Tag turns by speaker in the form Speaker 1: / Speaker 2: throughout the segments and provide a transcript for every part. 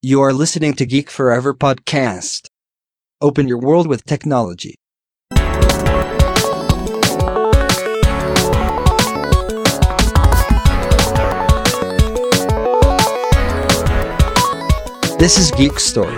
Speaker 1: You are listening to Geek Forever podcast. Open your world with technology. This is Geek Story.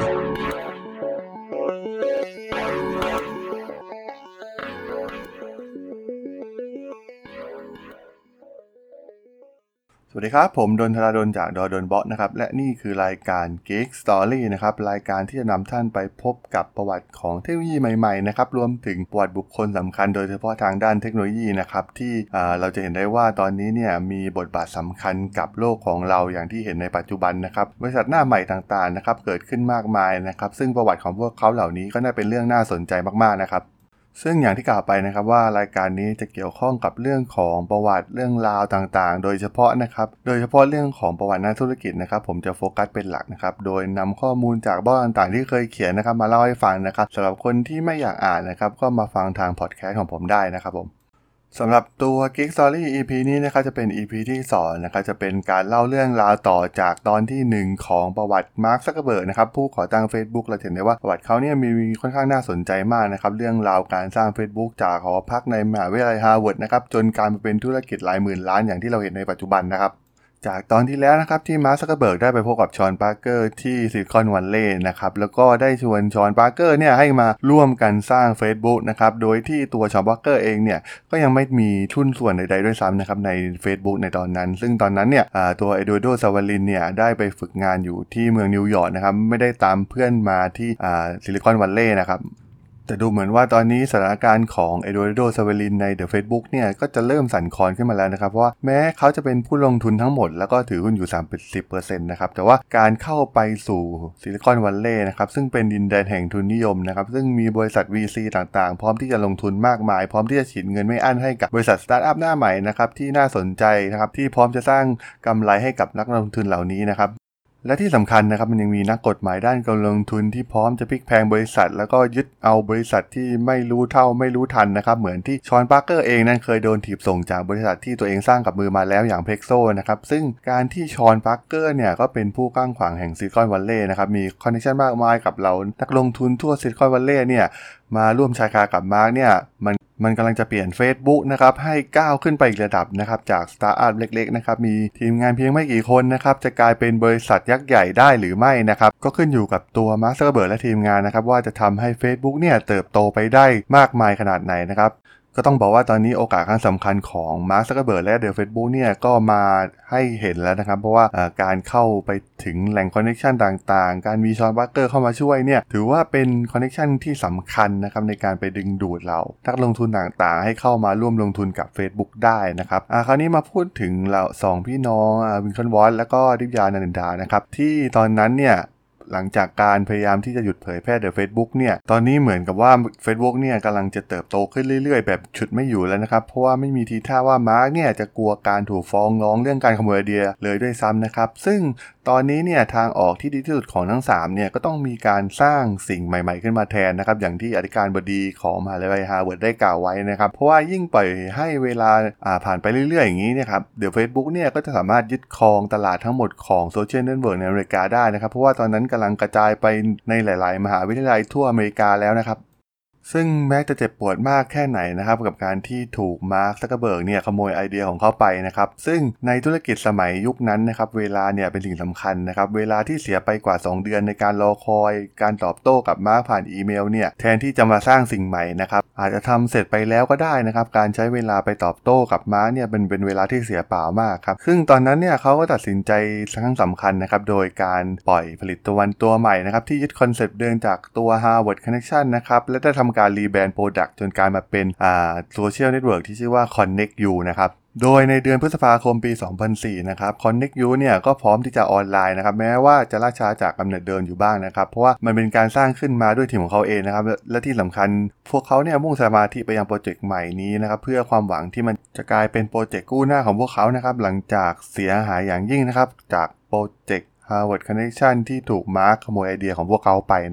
Speaker 2: สวัสดีครับผมดนทราดลจากดนบอสนะครับและนี่คือรายการ Geek Story นะครับรายการที่จะนำท่านไปพบกับประวัติของเทคโนโลยีใหม่ๆนะครับรวมถึงประวัติบุคคลสำคัญโดยเฉพาะทางด้านเทคโนโลยีนะครับที่เราจะเห็นได้ว่าตอนนี้เนี่ยมีบทบาทสำคัญกับโลกของเราอย่างที่เห็นในปัจจุบันนะครับบริษัทหน้าใหม่ต่างๆนะครับเกิดขึ้นมากมายนะครับซึ่งประวัติของพวกเขาเหล่านี้ก็น่าเป็นเรื่องน่าสนใจมากๆนะครับซึ่งอย่างที่กล่าวไปนะครับว่ารายการนี้จะเกี่ยวข้องกับเรื่องของประวัติเรื่องราวต่างๆโดยเฉพาะเรื่องของประวัตินักธุรกิจนะครับผมจะโฟกัสเป็นหลักนะครับโดยนำข้อมูลจากบล็อกต่างๆที่เคยเขียนนะครับมาเล่าให้ฟังนะครับสำหรับคนที่ไม่อยากอ่านนะครับก็มาฟังทางพอดแคสต์ของผมได้นะครับผมสำหรับตัว Geek Story EP นี้นะครับจะเป็น EP ที่2นะครับจะเป็นการเล่าเรื่องราวต่อจากตอนที่1ของประวัติมาร์ค ซักเคอร์เบิร์กนะครับผู้ก่อตั้ง Facebook เราเห็นได้ว่าประวัติเขาเนี่ยมีค่อนข้างน่าสนใจมากนะครับเรื่องราวการสร้าง Facebook จากหอพักในมหาวิทยาลัยฮาร์วาร์ดนะครับจนกลายมาเป็นธุรกิจหลายหมื่นล้านอย่างที่เราเห็นในปัจจุบันนะครับจากตอนที่แล้วนะครับที่มาร์ค ซักเคอร์เบิร์กได้ไปพบกับชอนปาร์เกอร์ที่ซิลิคอนวัลเลย์นะครับแล้วก็ได้ชวนชอนปาร์เกอร์เนี่ยให้มาร่วมกันสร้าง Facebook นะครับโดยที่ตัวชอนปาร์เกอร์เองเนี่ยก็ยังไม่มีทุนส่วนใดๆด้วยซ้ำนะครับใน Facebook ในตอนนั้นซึ่งตอนนั้นเนี่ยตัวเอโดโด ซาวาลินเนี่ยได้ไปฝึกงานอยู่ที่เมืองนิวยอร์กนะครับไม่ได้ตามเพื่อนมาที่ซิลิคอนวัลเลย์นะครับแต่ดูเหมือนว่าตอนนี้สถานการณ์ของเอโดโด ซาวาลินใน The Facebook เนี่ยก็จะเริ่มสั่นคลอนขึ้นมาแล้วนะครับเพราะว่าแม้เขาจะเป็นผู้ลงทุนทั้งหมดแล้วก็ถือหุ้นอยู่ 30% นะครับแต่ว่าการเข้าไปสู่ซิลิคอนวัลเลย์นะครับซึ่งเป็นดินแดนแห่งทุนนิยมนะครับซึ่งมีบริษัท VC ต่างๆพร้อมที่จะลงทุนมากมายพร้อมที่จะฉีดเงินไม่อั้นให้กับบริษัทสตาร์ทอัพหน้าใหม่นะครับที่น่าสนใจนะครับที่พร้อมจะสร้างกำไรให้กับนักลงทุนเหล่านี้นะครับและที่สำคัญนะครับมันยังมีนักกฎหมายด้านการลงทุนที่พร้อมจะพลิกแพลงบริษัทแล้วก็ยึดเอาบริษัทที่ไม่รู้เท่าไม่รู้ทันนะครับเหมือนที่ชอนปาร์เกอร์เองนั้นเคยโดนถีบส่งจากบริษัทที่ตัวเองสร้างกับมือมาแล้วอย่างเพล็กโซนะครับซึ่งการที่ชอนปาร์เกอร์เนี่ยก็เป็นผู้กว้างขวางแห่งซิลิคอนวัลเลย์นะครับมีคอนเนคชั่นมากมายกับเรานักลงทุนทั่วซิลิคอนวัลเลย์เนี่ยมาร่วมชายคากับมาร์คเนี่ยมันกำลังจะเปลี่ยน Facebook นะครับให้ก้าวขึ้นไปอีกระดับนะครับจากสตาร์ทอัพเล็กๆนะครับมีทีมงานเพียงไม่กี่คนนะครับจะกลายเป็นบริษัทยักษ์ใหญ่ได้หรือไม่นะครับก็ขึ้นอยู่กับตัวมาร์ค ซักเคอร์เบิร์กและทีมงานนะครับว่าจะทำให้ Facebook เนี่ยเติบโตไปได้มากมายขนาดไหนนะครับก็ต้องบอกว่าตอนนี้โอกาสครั้งสำคัญของมาร์ค ซักเคอร์เบิร์กและเดอะ Facebook เนี่ยก็มาให้เห็นแล้วนะครับเพราะว่าการเข้าไปถึงแหล่งคอนเนคชั่นต่างๆการมีชอนปาร์เกอร์เข้ามาช่วยเนี่ยถือว่าเป็นคอนเนคชั่นที่สำคัญนะครับในการไปดึงดูดเรานักลงทุนต่างๆให้เข้ามาร่วมลงทุนกับ Facebook ได้นะครับคราวนี้มาพูดถึงเรา2พี่น้องวินคอนวอตแล้วก็ดิฟยานันดานะครับที่ตอนนั้นเนี่ยหลังจากการพยายามที่จะหยุดเผยแพร่เดอะ Facebook เนี่ยตอนนี้เหมือนกับว่า Facebook เนี่ยกำลังจะเติบโตขึ้นเรื่อยๆแบบฉุดไม่อยู่แล้วนะครับเพราะว่าไม่มีทีท่าว่ามาร์คเนี่ยจะกลัวการถูกฟ้องร้องเรื่องการขโมยไอเดียเลยด้วยซ้ำนะครับซึ่งตอนนี้เนี่ยทางออกที่ดีที่สุดของทั้ง3เนี่ยก็ต้องมีการสร้างสิ่งใหม่ๆขึ้นมาแทนนะครับอย่างที่อธิการบดีของมหาวิทยาลัยฮาร์วาร์ดได้กล่าวไว้นะครับเพราะว่ายิ่งปล่อยให้เวลาผ่านไปเรื่อยๆอย่างนี้เนี่ยครับเดี๋ยว Facebook เนี่ยก็จะสามารถยึดครองตลาดทั้งหมดของโซเชียลเน็ตเวิร์กในอเมริกาได้นะครับเพราะว่าตอนนั้นกำลังกระจายไปในหลายๆมหาวิทยาลัยทั่วอเมริกาแล้วนะครับซึ่งแม้จะเจ็บปวดมากแค่ไหนนะครับกับการที่ถูกมาร์ค ซักเคอร์เบิร์กเนี่ยขโมยไอเดียของเขาไปนะครับซึ่งในธุรกิจสมัยยุคนั้นนะครับเวลาเนี่ยเป็นสิ่งสำคัญนะครับเวลาที่เสียไปกว่า2เดือนในการรอคอยการตอบโต้กับมาร์คผ่านอีเมลเนี่ยแทนที่จะมาสร้างสิ่งใหม่นะครับอาจจะทำเสร็จไปแล้วก็ได้นะครับการใช้เวลาไปตอบโต้กับมาร์คเนี่ยเป็นเวลาที่เสียเปล่ามากครับซึ่งตอนนั้นเนี่ยเขาก็ตัดสินใจครั้งสำคัญนะครับโดยการปล่อยผลิตตัวใหม่นะครับที่ยึดคอนเซปต์เดิมจากตัว Harvard Connection นะครับและได้ทำการรีแบรนด์จนกลายมาเป็นโซเชียลเน็ตเวิร์กที่ชื่อว่า Connect You นะครับโดยในเดือนพฤษภาคมปี 2004 นะครับ Connect You เนี่ยก็พร้อมที่จะออนไลน์นะครับแม้ว่าจะล่าช้าจากกำเนิดเดิมอยู่บ้างนะครับเพราะว่ามันเป็นการสร้างขึ้นมาด้วยทีมของเขาเองนะครับและที่สำคัญพวกเขาเนี่ยมุ่งสมาธิไปยังโปรเจกต์ใหม่นี้นะครับเพื่อความหวังที่มันจะกลายเป็นโปรเจกต์กู้หน้าของพวกเขานะครับหลังจากเสียหายอย่างยิ่งนะครับจากโปรเจกต์ Harvard Connection ที่ถูกมาร์คขโมยไอเดียของพวกเขาไปนะครับ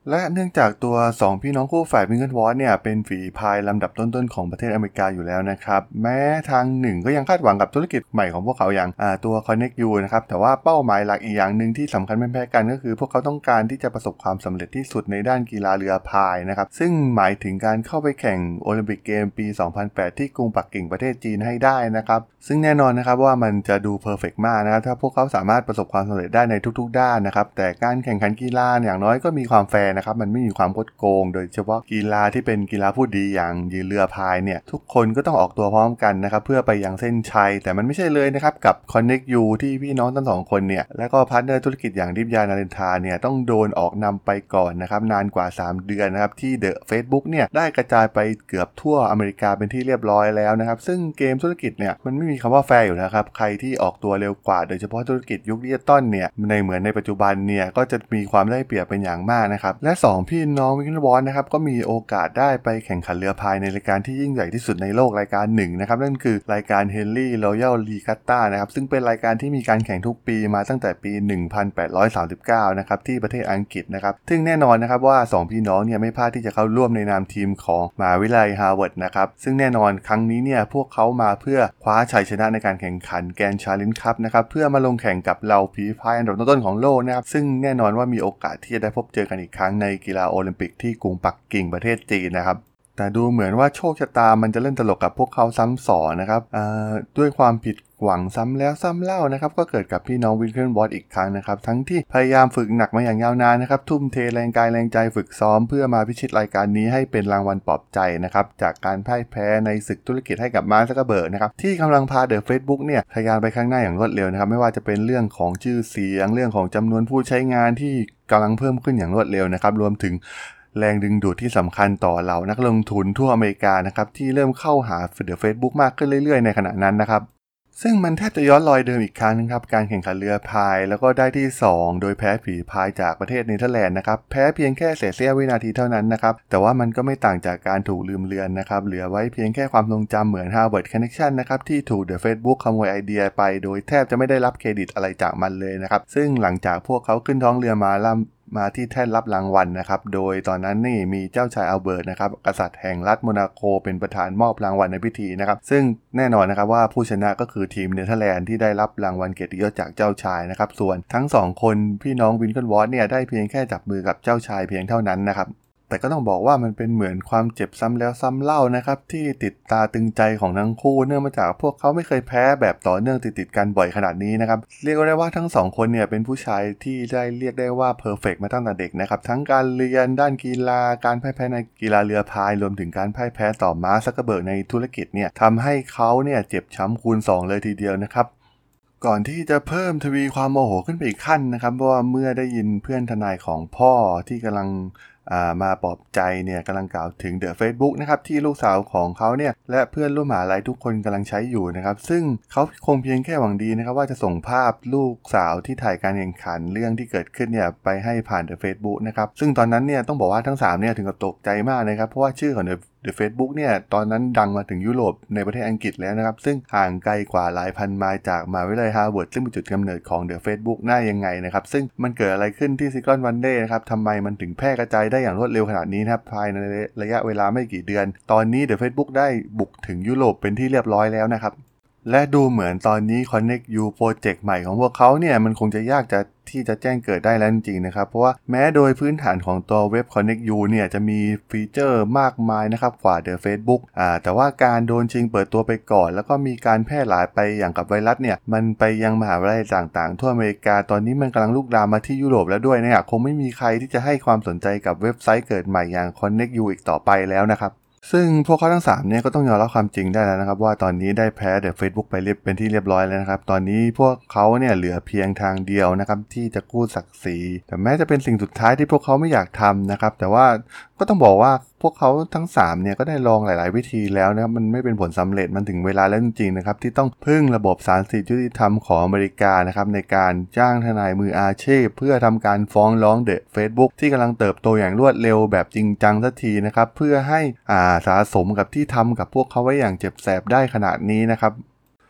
Speaker 2: และเนื่องจากตัว2พี่น้องคู่แฝดวิงเกิลวอตเนี่ยเป็นฝีพายลำดับต้นๆของประเทศอเมริกาอยู่แล้วนะครับแม้ทางหนึ่งก็ยังคาดหวังกับธุรกิจใหม่ของพวกเขาอย่างตัว Connect You นะครับแต่ว่าเป้าหมายหลักอีกอย่างนึงที่สำคัญไม่แพ้กันก็คือพวกเขาต้องการที่จะประสบความสำเร็จที่สุดในด้านกีฬาเรือพายนะครับซึ่งหมายถึงการเข้าไปแข่งโอลิมปิกเกมปี 2008 ที่กรุงปักกิ่งประเทศจีนให้ได้นะครับซึ่งแน่นอนนะครับว่ามันจะดูเพอร์เฟกต์มากนะครับถ้าพวกเขาสามารถประสบความสำเร็จได้ในทุกๆด้านนะครับแต่การแข่งขันกีฬาอย่างน้อยก็มีความแฟร์นะครับมันไม่มีความคดโกงโดยเฉพาะกีฬาที่เป็นกีฬาผู้ดีอย่างยืนเรือพายเนี่ยทุกคนก็ต้องออกตัวพร้อมกันนะครับเพื่อไปยังเส้นชัยแต่มันไม่ใช่เลยนะครับกับ Connect You ที่พี่น้องทั้งสองคนเนี่ยแล้วก็พาร์ทเนอร์ธุรกิจอย่างดิฟยานาเรนทาเนี่ยต้องโดนออกนำไปก่อนนะครับนานกว่า3เดือนนะครับที่ The Facebook เนี่ยได้กระจายไปเกือบทั่วอเมริกาเป็นที่เรียบร้อยแล้วนะครับซึ่งเกมธุรกิจเนี่ยมันไม่มีคำว่าแฟร์อยู่นะครับใครที่ออกตัวเร็วกว่าโดยเฉพาะธุรกิจยุคดิจิตอลเนี่ยเหมือนในปัจจุบันเนี่ยก็จะมีความได้เปรียบเป็นอย่างมากนะครับและ2พี่น้องวิงเกิลวอตนะครับก็มีโอกาสได้ไปแข่งขันเรือพายในรายการที่ยิ่งใหญ่ที่สุดในโลกรายการหนึ่งนะครับนั่นคือรายการ Henley Royal Regatta นะครับซึ่งเป็นรายการที่มีการแข่งทุกปีมาตั้งแต่ปี 1839 นะครับที่ประเทศอังกฤษนะครับซึ่งแน่นอนนะครับว่า2พี่น้องเนี่ยไม่พลาดที่จะเข้าร่วมในนามทีมของมหาวิทยาลัยฮาร์วาร์ดนะครับซึ่งแน่นอนครั้งนี้เนี่ยพวกเขามาเพื่อคว้าชัยชนะในการแข่งขันแกรนด์ชาเลนจ์คัพนะครับเพื่อมาลงแข่งกับเหล่าฝีพายอันดับต้นๆของโลกนะครับซึ่งแน่นอนว่ามีโอกาสที่จะได้พบเจอกันอีกครั้งในกีฬาโอลิมปิกที่กรุงปักกิ่งประเทศจีนนะครับแต่ดูเหมือนว่าโชคชะตามันจะเล่นตลกกับพวกเขาซ้ำสองนะครับด้วยความผิดหวังซ้ำแล้วซ้ำเล่านะครับก็เกิดกับพี่น้องวิงเกิลวอตอีกครั้งนะครับทั้งที่พยายามฝึกหนักมาอย่างยาวนานนะครับทุ่มเทแรงกายแรงใจฝึกซ้อมเพื่อมาพิชิตรายการนี้ให้เป็นรางวัลปลอบใจนะครับจากการพ่ายแพ้ในศึกธุรกิจให้กับมาร์ค ซักเคอร์เบิร์กนะครับที่กำลังพาเดอะเฟซบุ๊กเนี่ยทะยานไปข้างหน้าอย่างรวดเร็วนะครับไม่ว่าจะเป็นเรื่องของชื่อเสียงเรื่องของจำนวนผู้ใช้งานที่กำลังเพิ่มขึ้นอย่างรวดเร็วนะครับรวมถึงแรงดึงดูดที่สำคัญต่อเหล่านักลงทุนทั่วอเมริกานะครับที่เริ่มเข้าหาเดอะเฟซบุ๊กมากขึ้นเรื่อยๆในขณะนั้นนะครับซึ่งมันแทบจะย้อนรอยเดิมอีกครั้งนึงครับการแข่งขันเรือพายแล้วก็ได้ที่2โดยแพ้ฝีพายจากประเทศเนเธอร์แลนด์นะครับแพ้เพียงแค่เสี้ยววินาทีเท่านั้นนะครับแต่ว่ามันก็ไม่ต่างจากการถูกลืมเลือนนะครับเหลือไว้เพียงแค่ความทรงจำเหมือน Harvard Connection นะครับที่ถูก The Facebook ขโมยไอเดียไปโดยแทบจะไม่ได้รับเครดิตอะไรจากมันเลยนะครับซึ่งหลังจากพวกเขาขึ้นท้องเรือมาที่แท่นรับรางวัลนะครับโดยตอนนั้นนี่มีเจ้าชายอัลเบิร์ตนะครับกษัตริย์แห่งรัฐโมนาโกเป็นประธานมอบรางวัลในพิธีนะครับซึ่งแน่นอนนะครับว่าผู้ชนะก็คือทีมเนเธอร์แลนด์ที่ได้รับรางวัลเกียรติยศจากเจ้าชายนะครับส่วนทั้ง2คนพี่น้องวิงเกิลวอตเนี่ยได้เพียงแค่จับมือกับเจ้าชายเพียงเท่านั้นนะครับแต่ก็ต้องบอกว่ามันเป็นเหมือนความเจ็บซ้ำแล้วซ้ำเล่านะครับที่ติดตาตึงใจของทั้งคู่เนื่องมาจากพวกเขาไม่เคยแพ้แบบต่อเนื่องติดกันบ่อยขนาดนี้นะครับเรียกได้ว่าทั้ง2คนเนี่ยเป็นผู้ชายที่ได้เรียกได้ว่าเพอร์เฟกต์มาตั้งแต่เด็กนะครับทั้งการเรียนด้านกีฬาการพ่ายแพ้ในกีฬาเรือพายรวมถึงการพ่ายแพ้ต่อมาร์ค ซักเคอร์เบิร์กในธุรกิจเนี่ยทำให้เขาเนี่ยเจ็บช้ำคูณ2เลยทีเดียวนะครับก่อนที่จะเพิ่มทวีความโมโหขึ้นไปอีกขั้นนะครับเพราะว่าเมื่อได้ยินเพื่อนทนายของพ่อที่กำลังมาปลอบใจเนี่ยกำลังกล่าวถึง The Facebook นะครับที่ลูกสาวของเขาเนี่ยและเพื่อนร่วมมหาลัยทุกคนกำลังใช้อยู่นะครับซึ่งเขาคงเพียงแค่หวังดีนะครับว่าจะส่งภาพลูกสาวที่ถ่ายการแข่งขันเรื่องที่เกิดขึ้นเนี่ยไปให้ผ่าน The Facebook นะครับซึ่งตอนนั้นเนี่ยต้องบอกว่าทั้ง3เนี่ยถึงกับตกใจมากนะครับเพราะว่าชื่อของ The Facebook เนี่ยตอนนั้นดังมาถึงยุโรปในประเทศอังกฤษแล้วนะครับซึ่งห่างไกลกว่าหลายพันไมล์จากมหาวิทยาลัยฮาร์วาร์ดซึ่งเป็นจุดกำเนิดของ The Facebook น่ายังไงนะครับซึ่งมันเกิดอะไรขึ้นที่ซิลิคอนวัลเลย์นะครับทำไมมันถึงแพร่กระจายได้อย่างรวดเร็วขนาดนี้นะครับภายในระยะเวลาไม่กี่เดือนตอนนี้ The Facebook ได้บุกถึงยุโรปเป็นที่เรียบร้อยแล้วนะครับและดูเหมือนตอนนี้ Connect You โปรเจกต์ใหม่ของพวกเขาเนี่ยมันคงจะยากที่จะแจ้งเกิดได้แล้วจริงๆนะครับเพราะว่าแม้โดยพื้นฐานของตัวเว็บ Connect You เนี่ยจะมีฟีเจอร์มากมายนะครับกว่า The Facebook แต่ว่าการโดนชิงเปิดตัวไปก่อนแล้วก็มีการแพร่หลายไปอย่างกับไวรัสเนี่ยมันไปยังมหาวิทยาลัยต่างๆทั่วอเมริกาตอนนี้มันกำลังลุกลามมาที่ยุโรปแล้วด้วยนะครับคงไม่มีใครที่จะให้ความสนใจกับเว็บไซต์เกิดใหม่อย่าง Connect You อีกต่อไปแล้วนะครับซึ่งพวกเขาทั้ง3เนี่ยก็ต้องยอมรับความจริงได้แล้วนะครับว่าตอนนี้ได้แพ้เดอะ Facebook ไปเป็นที่เรียบร้อยแล้วนะครับตอนนี้พวกเขาเนี่ยเหลือเพียงทางเดียวนะครับที่จะกู้ศักดิ์ศรีแต่แม้จะเป็นสิ่งสุดท้ายที่พวกเขาไม่อยากทำนะครับแต่ว่าก็ต้องบอกว่าพวกเขาทั้ง3เนี่ยก็ได้ลองหลายๆวิธีแล้วนะครับมันไม่เป็นผลสำเร็จมันถึงเวลาแล้วจริงๆนะครับที่ต้องพึ่งระบบศาลสิทธิยุติธรรมของอเมริกานะครับในการจ้างทนายมืออาชีพเพื่อทำการฟ้องร้องเดอะ Facebook ที่กำลังเติบโตอย่างรวดเร็วแบบจริงจังสักทีนะครับเพื่อให้สะสมกับที่ทำกับพวกเขาไว้อย่างเจ็บแสบได้ขนาดนี้นะครับ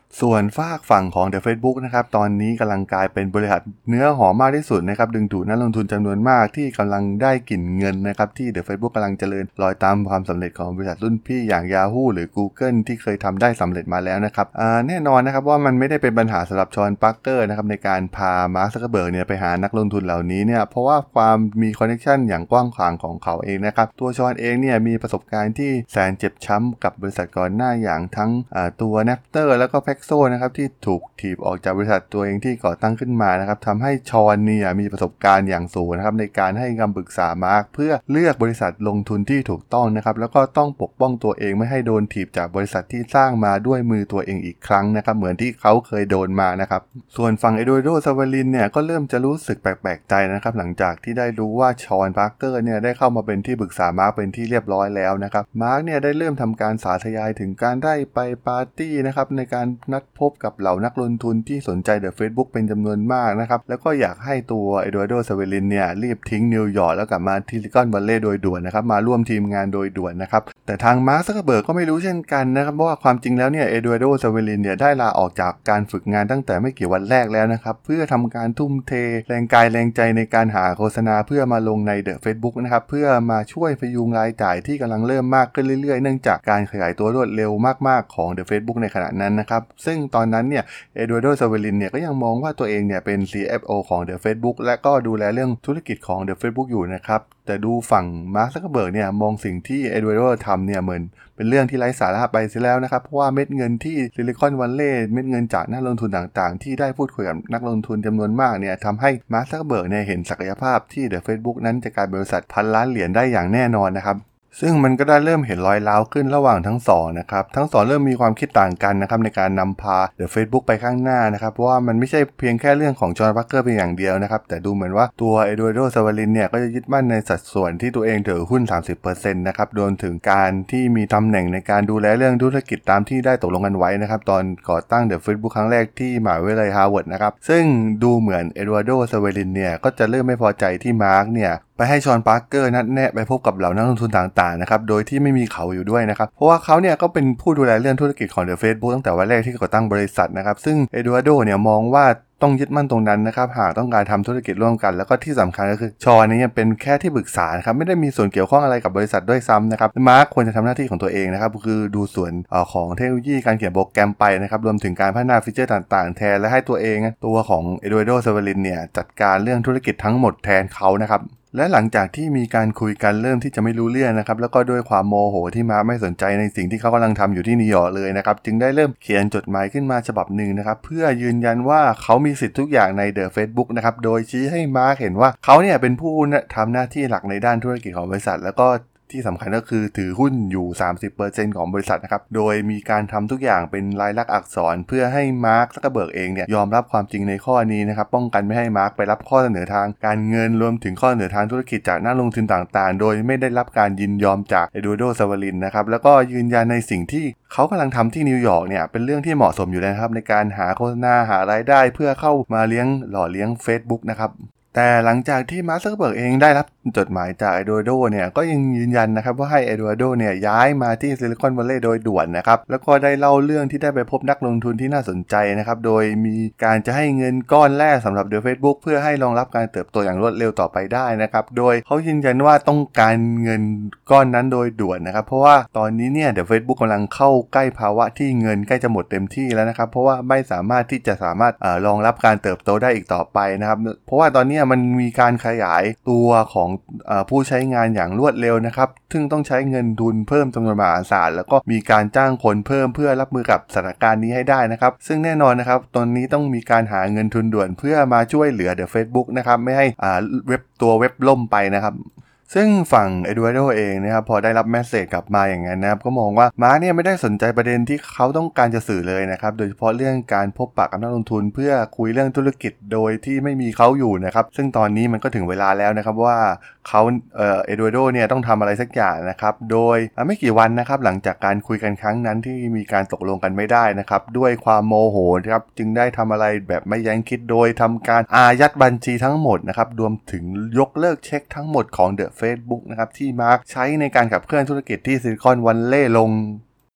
Speaker 2: ส่วนฝากฝั่งของ The Facebook นะครับตอนนี้กำลังกลายเป็นบริษัทเนื้อหอมมากที่สุดนะครับดึงดูดนักลงทุนจำนวนมากที่กำลังได้กลิ่นเงินนะครับที่ The Facebook กำลังเจริญรอยตามความสำเร็จของบริษัทรุ่นพี่อย่าง Yahoo หรือ Google ที่เคยทำได้สำเร็จมาแล้วนะครับแน่นอนนะครับว่ามันไม่ได้เป็นปัญหาสำหรับชอนปาร์เกอร์นะครับในการพามาร์ค ซักเคอร์เบิร์กเนี่ยไปหานักลงทุนเหล่านี้เนี่ยเพราะว่าความมีคอนเนคชันอย่างกว้างขวางของเขาเองนะครับตัวชอนเองเนี่ยมีประสบการณ์ที่แสนเจ็บช้ำกับบริษัทก่อนหน้าอย่างทั้งตัว Napster แล้วก็ Paxo นะครับที่ถูกถีบออกจากบริษัทตัวเองที่ก่อตั้งขึ้นมานะครับทำให้ชอนเนี่ยมีประสบการณ์อย่างสูงนะครับในการให้คำปรึกษามาร์คเพื่อเลือกบริษัทลงทุนที่ถูกต้องนะครับแล้วก็ต้องปกป้องตัวเองไม่ให้โดนถีบจากบริษัทที่สร้างมาด้วยมือตัวเองอีกครั้งนะครับเหมือนที่เขาเคยโดนมานะครับส่วนฝั่งเอโดโดซาวาลินเนี่ยก็เริ่มจะรู้สึกแปลกๆใจนะครับหลังจากที่ได้รู้ว่าชอนปาร์เกอร์เนี่ยได้เข้ามาเป็นที่ปรึกษามาร์คเป็นที่เรียบร้อยแล้วนะครับมาร์คเนี่ยได้เริ่มทำการสาธยายถึงการได้ไปปาร์ตี้นะครับในการนัดพบกับเหล่านักลงทุนที่สนใจ The Facebook เป็นจำนวนมากนะครับแล้วก็อยากให้ตัวเอโดโดซาวาลินเนี่ยรีบทิ้งนิวยอร์กแล้วกลับมาที่ซิลิคอนวัลเลย์โดยด่วนนะครับมาร่วมทีมงานโดยด่วนนะครับแต่ทางมาร์ค ซักเคอร์เบิร์กก็ไม่รู้เช่นกันนะครับเพราะว่าความจริงแล้วเนี่ยเอโดโดซาวาลินเนี่ยได้ลาออกจากการฝึกงานตั้งแต่ไม่กี่วันแรกแล้วนะครับเพื่อทำการทุ่มเทแรงกายแรงใจในการหาโฆษณาเพื่อมาลงใน The Facebook นะครับเพื่อมาช่วยพยุงรายจ่ายที่กำลังเริ่มมากขึ้นเรื่อยๆเนื่องจากการขยายตัวรวดเร็วมากๆของ The Facebook ในขณะนั้นนะครับซึ่งตอนนั้นเนี่ยเอโดโดซาวาลินเนี่ยก็ยังมองว่าตัวเองเนี่ยเป็น CFO ของ The Facebook และก็ดูแลเรื่องธุรกิจของ The Facebook อยู่นะครับแต่ดูฝั่งมาร์ค ซักเคอร์เบิร์กเนี่ยมองสิ่งที่เอโดโดทำเนี่ยเหมือนเป็นเรื่องที่ไร้สาระไปเสียแล้วนะครับเพราะว่าเม็ดเงินที่ซิลิคอนวัลเลย์เม็ดเงินจากนักลงทุนต่างๆที่ได้พูดคุยกับนักลงทุนจำนวนมากเนี่ยทำให้มาร์ค ซักเคอร์เบิร์กเนี่ยเห็นศักยภาพที่ The Facebook นั้นจะกลายเป็นบริษัทพันล้านเหรียญได้อย่างแน่นอนนะครับซึ่งมันก็ได้เริ่มเห็นรอยร้าวขึ้นระหว่างทั้งสองนะครับทั้งสองเริ่มมีความคิดต่างกันนะครับในการนำพา The Facebook ไปข้างหน้านะครับเพราะว่ามันไม่ใช่เพียงแค่เรื่องของจอห์น ปาร์เกอร์เพียงอย่างเดียวนะครับแต่ดูเหมือนว่าตัวเอโดโดซาวาลินเนี่ยก็จะยึดมั่นในสัดส่วนที่ตัวเองถือหุ้น 30% นะครับรวมถึงการที่มีตำแหน่งในการดูแลเรื่องธุรกิจตามที่ได้ตกลงกันไว้นะครับตอนก่อตั้ง The Facebook ครั้งแรกที่มหาวิทยาลัยฮาร์วาร์ดนะครับซึ่งดูเหมือนเอโดโดซาวาลินเนี่ยก็จะเริ่มไม่พอใจที่มาร์คเนี่ยไปให้ชอนปาร์เกอร์นัดแนะไปพบกับเหล่านักลงทุนต่างๆนะครับโดยที่ไม่มีเขาอยู่ด้วยนะครับเพราะว่าเขาเนี่ยก็เป็นผู้ดูแลเรื่องธุรกิจของ The Facebook ตั้งแต่วันแรกที่ก่อตั้งบริษัทนะครับซึ่งเอโดอาร์โดเนี่ยมองว่าต้องยึดมั่นตรงนั้นนะครับหากต้องการทำธุรกิจร่วมกันแล้วก็ที่สำคัญก็คือชอนนี่เป็นแค่ที่ปรึกษาครับไม่ได้มีส่วนเกี่ยวข้องอะไรกับบริษัทด้วยซ้ำนะครับมาร์คควรจะทำหน้าที่ของตัวเองนะครับคือดูส่วนของเทคโนโลยีการเขียนโปรแกรมไปนะครับรวมถึงการพัฒนาฟีเจอร์ต่างๆแทนและให้ตัวเองตัวของเอโดอาร์โดซาวาลินเนี่ยจัดการเรื่องธุรกิจทั้งหมดแทนเขานะครับและหลังจากที่มีการคุยกันเริ่มที่จะไม่รู้เรื่องนะครับแล้วก็ด้วยความโมโหที่มาร์คไม่สนใจในสิ่งที่เขากำลังทำอยู่ที่นิวยอร์กเลยนะครับจึงได้เริ่มเขียนจดหมายขึ้นมาฉบับหนึ่งนะครับเพื่อยืนยันว่าเขามีสิทธิ์ทุกอย่างใน The Facebook นะครับโดยชี้ให้มาร์คเห็นว่าเขาเนี่ยเป็นผู้ทำหน้าที่หลักในด้านธุรกิจของบริษัทแล้วก็ที่สำคัญก็คือถือหุ้นอยู่ 30% ของบริษัทนะครับโดยมีการทำทุกอย่างเป็นลายลักษณ์อักษรเพื่อให้มาร์ค ซักเคอร์เบิร์กเองเนี่ยยอมรับความจริงในข้อนี้นะครับป้องกันไม่ให้มาร์คไปรับข้อเสนอทางการเงินรวมถึงข้อเสนอทางธุรกิจจากนักลงทุนต่างๆโดยไม่ได้รับการยินยอมจากเอโดโดซาวาลินนะครับแล้วก็ยืนยันในสิ่งที่เขากำลังทำที่นิวยอร์กเนี่ยเป็นเรื่องที่เหมาะสมอยู่แล้วครับในการหาโฆษณาหารายได้เพื่อเข้ามาหล่อเลี้ยง Facebook นะครับแต่หลังจากที่มาร์ค ซักเคอร์เบิร์กเองได้รับจดหมายจากเอโดอาร์โดเนี่ยก็ยังยืนยันนะครับว่าให้เอโดอาร์โดเนี่ยย้ายมาที่ซิลิคอนวัลเลย์โดยด่วนนะครับแล้วก็ได้เล่าเรื่องที่ได้ไปพบนักลงทุนที่น่าสนใจนะครับโดยมีการจะให้เงินก้อนแรกสำหรับ The Facebook เพื่อให้รองรับการเติบโตอย่างรวดเร็วต่อไปได้นะครับโดยเขายืนยันว่าต้องการเงินก้อนนั้นโดยด่วนนะครับเพราะว่าตอนนี้เนี่ย The Facebook กำลังเข้าใกล้ภาวะที่เงินใกล้จะหมดเต็มที่แล้วนะครับเพราะว่าไม่สามารถที่จะรองรับการเติบโตได้อีกต่อไปนะครับเพราะว่าตอนนี้มันมีการขยายตัวของผู้ใช้งานอย่างรวดเร็วนะครับซึ่งต้องใช้เงินทุนเพิ่มจำนวนมหาศาลแล้วก็มีการจ้างคนเพิ่มเพื่อรับมือกับสถานการณ์นี้ให้ได้นะครับซึ่งแน่นอนนะครับตอนนี้ต้องมีการหาเงินทุนด่วนเพื่อมาช่วยเหลือ The Facebook นะครับไม่ให้เว็บล่มไปนะครับซึ่งฝั่งเอโดอาร์โดเองนะครับพอได้รับแมสเสจกลับมาอย่างนั้นนะครับก็มองว่ามาร์คเนี่ยไม่ได้สนใจประเด็นที่เขาต้องการจะสื่อเลยนะครับโดยเฉพาะเรื่องการพบปะกับนักลงทุนเพื่อคุยเรื่องธุรกิจโดยที่ไม่มีเขาอยู่นะครับซึ่งตอนนี้มันก็ถึงเวลาแล้วนะครับว่าเขาเอโดอาร์โดเนี่ยต้องทำอะไรสักอย่างนะครับโดยไม่กี่วันนะครับหลังจากการคุยกันครั้งนั้นที่มีการตกลงกันไม่ได้นะครับด้วยความโมโหครับจึงได้ทำอะไรแบบไม่ยั้งคิดโดยทำการอายัดบัญชีทั้งหมดนะครับรวมถึงยกเลิกเช็คทั้งหมดของ The Facebook นะครับที่มาร์คใช้ในการขับเคลื่อนธุรกิจที่ซิลิคอนวัลเลย์ลง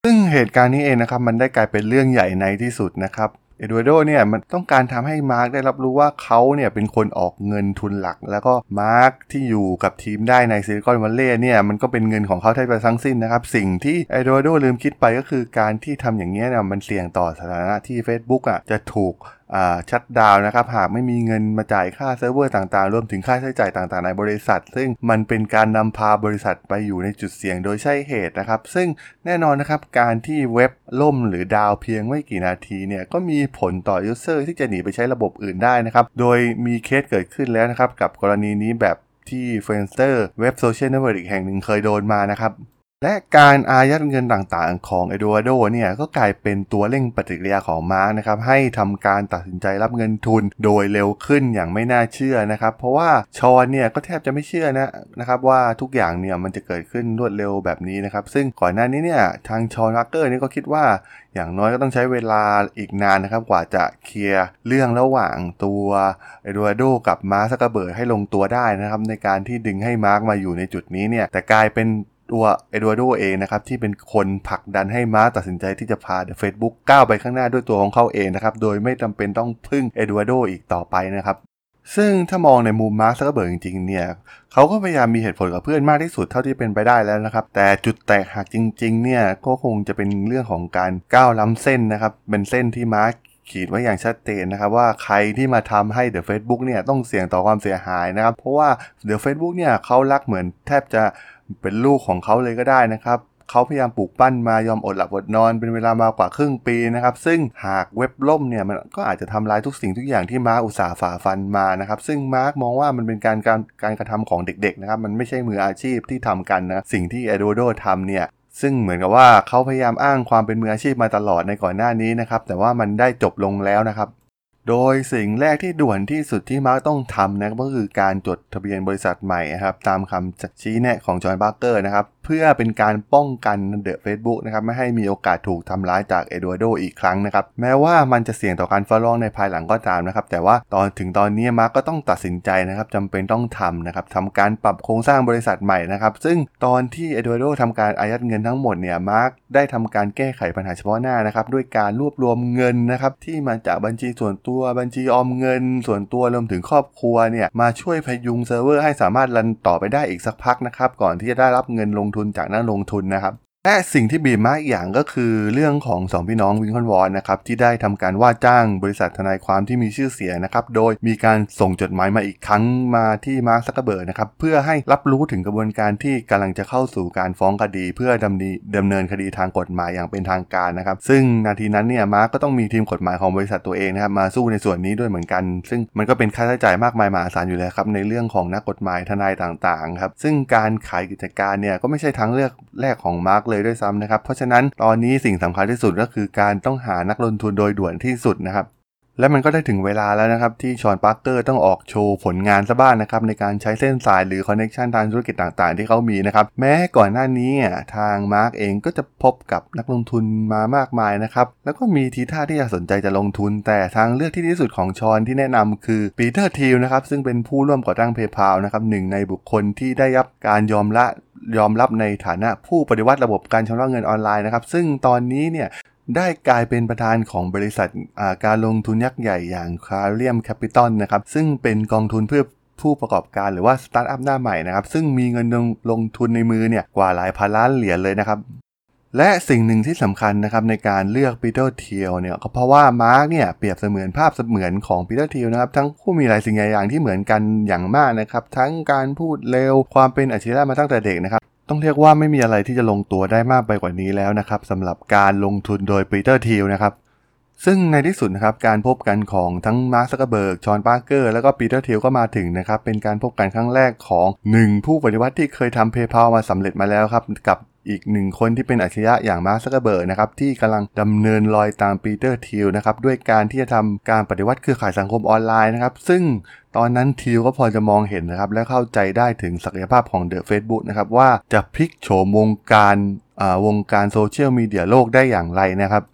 Speaker 2: ซึ่งเหตุการณ์นี้เองนะครับมันได้กลายเป็นเรื่องใหญ่ในที่สุดนะครับเอ็ดวาร์โดเนี่ยมันต้องการทำให้มาร์กได้รับรู้ว่าเขาเนี่ยเป็นคนออกเงินทุนหลักแล้วก็มาร์กที่อยู่กับทีมได้ในซิลิคอนวัลเลย์เนี่ยมันก็เป็นเงินของเขาทั้งสิ้นนะครับสิ่งที่เอ็ดวาร์โดลืมคิดไปก็คือการที่ทำอย่างนี้เนี่ยมันเสี่ยงต่อสถานะที่ Facebook จะถูกชัตดาวน์นะครับหากไม่มีเงินมาจ่ายค่าเซิร์ฟเวอร์ต่างๆรวมถึงค่าใช้จ่ายต่างๆในบริษัทซึ่งมันเป็นการนำพาบริษัทไปอยู่ในจุดเสี่ยงโดยใช่เหตุนะครับซึ่งแน่นอนนะครับการที่เว็บล่มหรือดาวเพียงไม่กี่นาทีเนี่ยก็มีผลต่อยูเซอร์ที่จะหนีไปใช้ระบบอื่นได้นะครับโดยมีเคสเกิดขึ้นแล้วนะครับกับกรณีนี้แบบที่ Friendster เว็บโซเชียลเน็ตเวิร์กอีกแห่งหนึ่งเคยโดนมานะครับและการอายัดเงินต่างๆของเอ็ดวาร์โดเนี่ยก็กลายเป็นตัวเร่งปฏิกิริยาของมาร์กนะครับให้ทำการตัดสินใจรับเงินทุนโดยเร็วขึ้นอย่างไม่น่าเชื่อนะครับเพราะว่าชอนเนี่ยก็แทบจะไม่เชื่อนะครับว่าทุกอย่างเนี่ยมันจะเกิดขึ้นรวดเร็วแบบนี้นะครับซึ่งก่อนหน้านี้เนี่ยทางชอนวาร์เกอร์นี่ก็คิดว่าอย่างน้อยก็ต้องใช้เวลาอีกนานนะครับกว่าจะเคลียร์เรื่องระหว่างตัวเอ็ดวาร์โดกับมาร์ค ซักเคอร์เบิร์กให้ลงตัวได้นะครับในการที่ดึงให้มาร์คมาอยู่ในจุดนี้เนี่ยแต่กลายเป็นตัวเอ็ดวาร์โดเองนะครับที่เป็นคนผลักดันให้มาร์คตัดสินใจที่จะพา Facebook ก้าวไปข้างหน้าด้วยตัวของเขาเองนะครับโดยไม่จำเป็นต้องพึ่งเอ็ดวาร์โดอีกต่อไปนะครับซึ่งถ้ามองในมุมมาร์ค ซักเคอร์เบิร์กจริงๆเนี่ยเขาก็พยายามมีเหตุผลกับเพื่อนมากที่สุดเท่าที่เป็นไปได้แล้วนะครับแต่จุดแตกหักจริงๆเนี่ยก็คงจะเป็นเรื่องของการก้าวล้ำเส้นนะครับเป็นเส้นที่มาร์คขีดไว้อย่างชัดเจนนะครับว่าใครที่มาทำให้ The Facebook เนี่ยต้องเสี่ยงต่อความเสียหายนะครับเพราะว่า The Facebook เนี่ยเขารักเหมือนแทบจะเป็นลูกของเขาเลยก็ได้นะครับเขาพยายามปลูกปั้นมายอมอดหลับอดนอนเป็นเวลามากว่าครึ่งปีนะครับซึ่งหากเว็บล่มเนี่ยมันก็อาจจะทำลายทุกสิ่งทุกอย่างที่มาร์คอุตสาห์ฝ่าฟันมานะครับซึ่งมาร์คมองว่ามันเป็นการกระทำของเด็กๆนะครับมันไม่ใช่มืออาชีพที่ทำกันนะสิ่งที่เอ็ดวาร์โดทำเนี่ยซึ่งเหมือนกับว่าเขาพยายามอ้างความเป็นมืออาชีพมาตลอดในก่อนหน้านี้นะครับแต่ว่ามันได้จบลงแล้วนะครับโดยสิ่งแรกที่ด่วนที่สุดที่มาร์คต้องทำนะก็คือการจดทะเบียนบริษัทใหม่นะครับตามคำชี้แนะของจอห์น บาร์เกอร์นะครับเพื่อเป็นการป้องกันเดอะ Facebook นะครับไม่ให้มีโอกาสถูกทำร้ายจากเอ็ดวาร์โดอีกครั้งนะครับแม้ว่ามันจะเสี่ยงต่อการฟ้องร้องในภายหลังก็ตามนะครับแต่ว่าตอนนี้มาร์คก็ต้องตัดสินใจนะครับจำเป็นต้องทำนะครับทำการปรับโครงสร้างบริษัทใหม่นะครับซึ่งตอนที่เอ็ดวาร์โดทำการอายัดเงินทั้งหมดเนี่ยมาร์คได้ทำการแก้ไขปัญหาเฉพาะหน้านะครับด้วยการรวบรวมเงินนะครับที่มาจากบัญชีส่วนตัวบัญชีออมเงินส่วนตัวรวมถึงครอบครัวเนี่ยมาช่วยพยุงเซิร์ฟเวอร์ให้สามารถรันต่อไปได้อีกสักพักนะครับก่อนที่จะได้รับเงินลงทุนจากนักลงทุนนะครับและสิ่งที่บีบมากอีกอย่างก็คือเรื่องของ2พี่น้องวินคอนวอนนะครับที่ได้ทำการว่าจ้างบริษัททนายความที่มีชื่อเสียงนะครับโดยมีการส่งจดหมายมาอีกครั้งมาที่มาร์ค ซักเคอร์เบิร์กนะครับเพื่อให้รับรู้ถึงกระบวนการที่กำลังจะเข้าสู่การฟ้องคดีเพื่อดำเนินคดีทางกฎหมายอย่างเป็นทางการนะครับซึ่งนาทีนั้นเนี่ยมาร์คก็ต้องมีทีมกฎหมายของบริษัทตัวเองนะครับมาสู้ในส่วนนี้ด้วยเหมือนกันซึ่งมันก็เป็นค่าใช้จ่ายมากมายมหาศาลอยู่แล้วครับในเรื่องของนักกฎหมายทนายต่างๆครับซึ่งการขายกิจการเนี่ยก็ไม่ใช่ทางเลือกแรกของมาร์คเลยด้วยซ้ำนะครับเพราะฉะนั้นตอนนี้สิ่งสำคัญที่สุดก็คือการต้องหานักลงทุนโดยด่วนที่สุดนะครับและมันก็ได้ถึงเวลาแล้วนะครับที่ชอน ปาร์เกอร์ต้องออกโชว์ผลงานซะบ้าง นะครับในการใช้เส้นสายหรือคอนเนคชันทางธุรกิจต่างๆที่เขามีนะครับแม้ก่อนหน้านี้ทางมาร์คเองก็จะพบกับนักลงทุนมามากมายนะครับแล้วก็มีทีท่าที่จะสนใจจะลงทุนแต่ทางเลือกที่ดีที่สุดของชอนที่แนะนำคือปีเตอร์ทิลนะครับซึ่งเป็นผู้ร่วมก่อตั้ง PayPal นะครับหนึ่งในบุคคลที่ได้รับการยอมรับในฐานะผู้ปฏิวัติระบบการชำระเงินออนไลน์นะครับซึ่งตอนนี้เนี่ยได้กลายเป็นประธานของบริษัทการลงทุนยักษ์ใหญ่อย่าง Clarion Capital นะครับซึ่งเป็นกองทุนเพื่อผู้ประกอบการหรือว่าสตาร์ทอัพหน้าใหม่นะครับซึ่งมีเงินลงทุนในมือเนี่ยกว่าหลายพันล้านเหรียญเลยนะครับและสิ่งหนึ่งที่สำคัญนะครับในการเลือกปีเตอร์ทิลเนี่ยก็เพราะว่ามาร์คเนี่ยเปรียบเสมือนภาพเสมือนของปีเตอร์ทิลนะครับทั้งผู้มีหลายสิ่งหลายอย่างที่เหมือนกันอย่างมากนะครับทั้งการพูดเร็วความเป็นอัจฉริยะมาตั้งแต่เด็กนะครับต้องเรียกว่าไม่มีอะไรที่จะลงตัวได้มากไปกว่านี้แล้วนะครับสำหรับการลงทุนโดยปีเตอร์ทิลนะครับซึ่งในที่สุดนะครับการพบกันของทั้งมาร์ค ซักเคอร์เบิร์กชอน ปาร์เกอร์แล้วก็ปีเตอร์ทิลก็มาถึงนะครับเป็นการพบกันครั้งแรกของ1ผู้ปฏิวัติที่เคยทำ PayPal มาสำเร็จมาแล้วครับกับอีก1คนที่เป็นอัจฉริยะอย่างมาร์ค ซักเคอร์เบิร์กนะครับที่กำลังดำเนินรอยตามปีเตอร์ทิลนะครับด้วยการที่จะทำการปฏิวัติเครือข่ายสังคมออนไลน์นะครับซึ่งตอนนั้นทิลก็พอจะมองเห็นนะครับและเข้าใจได้ถึงศักยภาพของ The Facebook นะครับว่าจะพลิกโฉมวงการโซเชียลมีเดียโลกได้อย่างไรนะครับ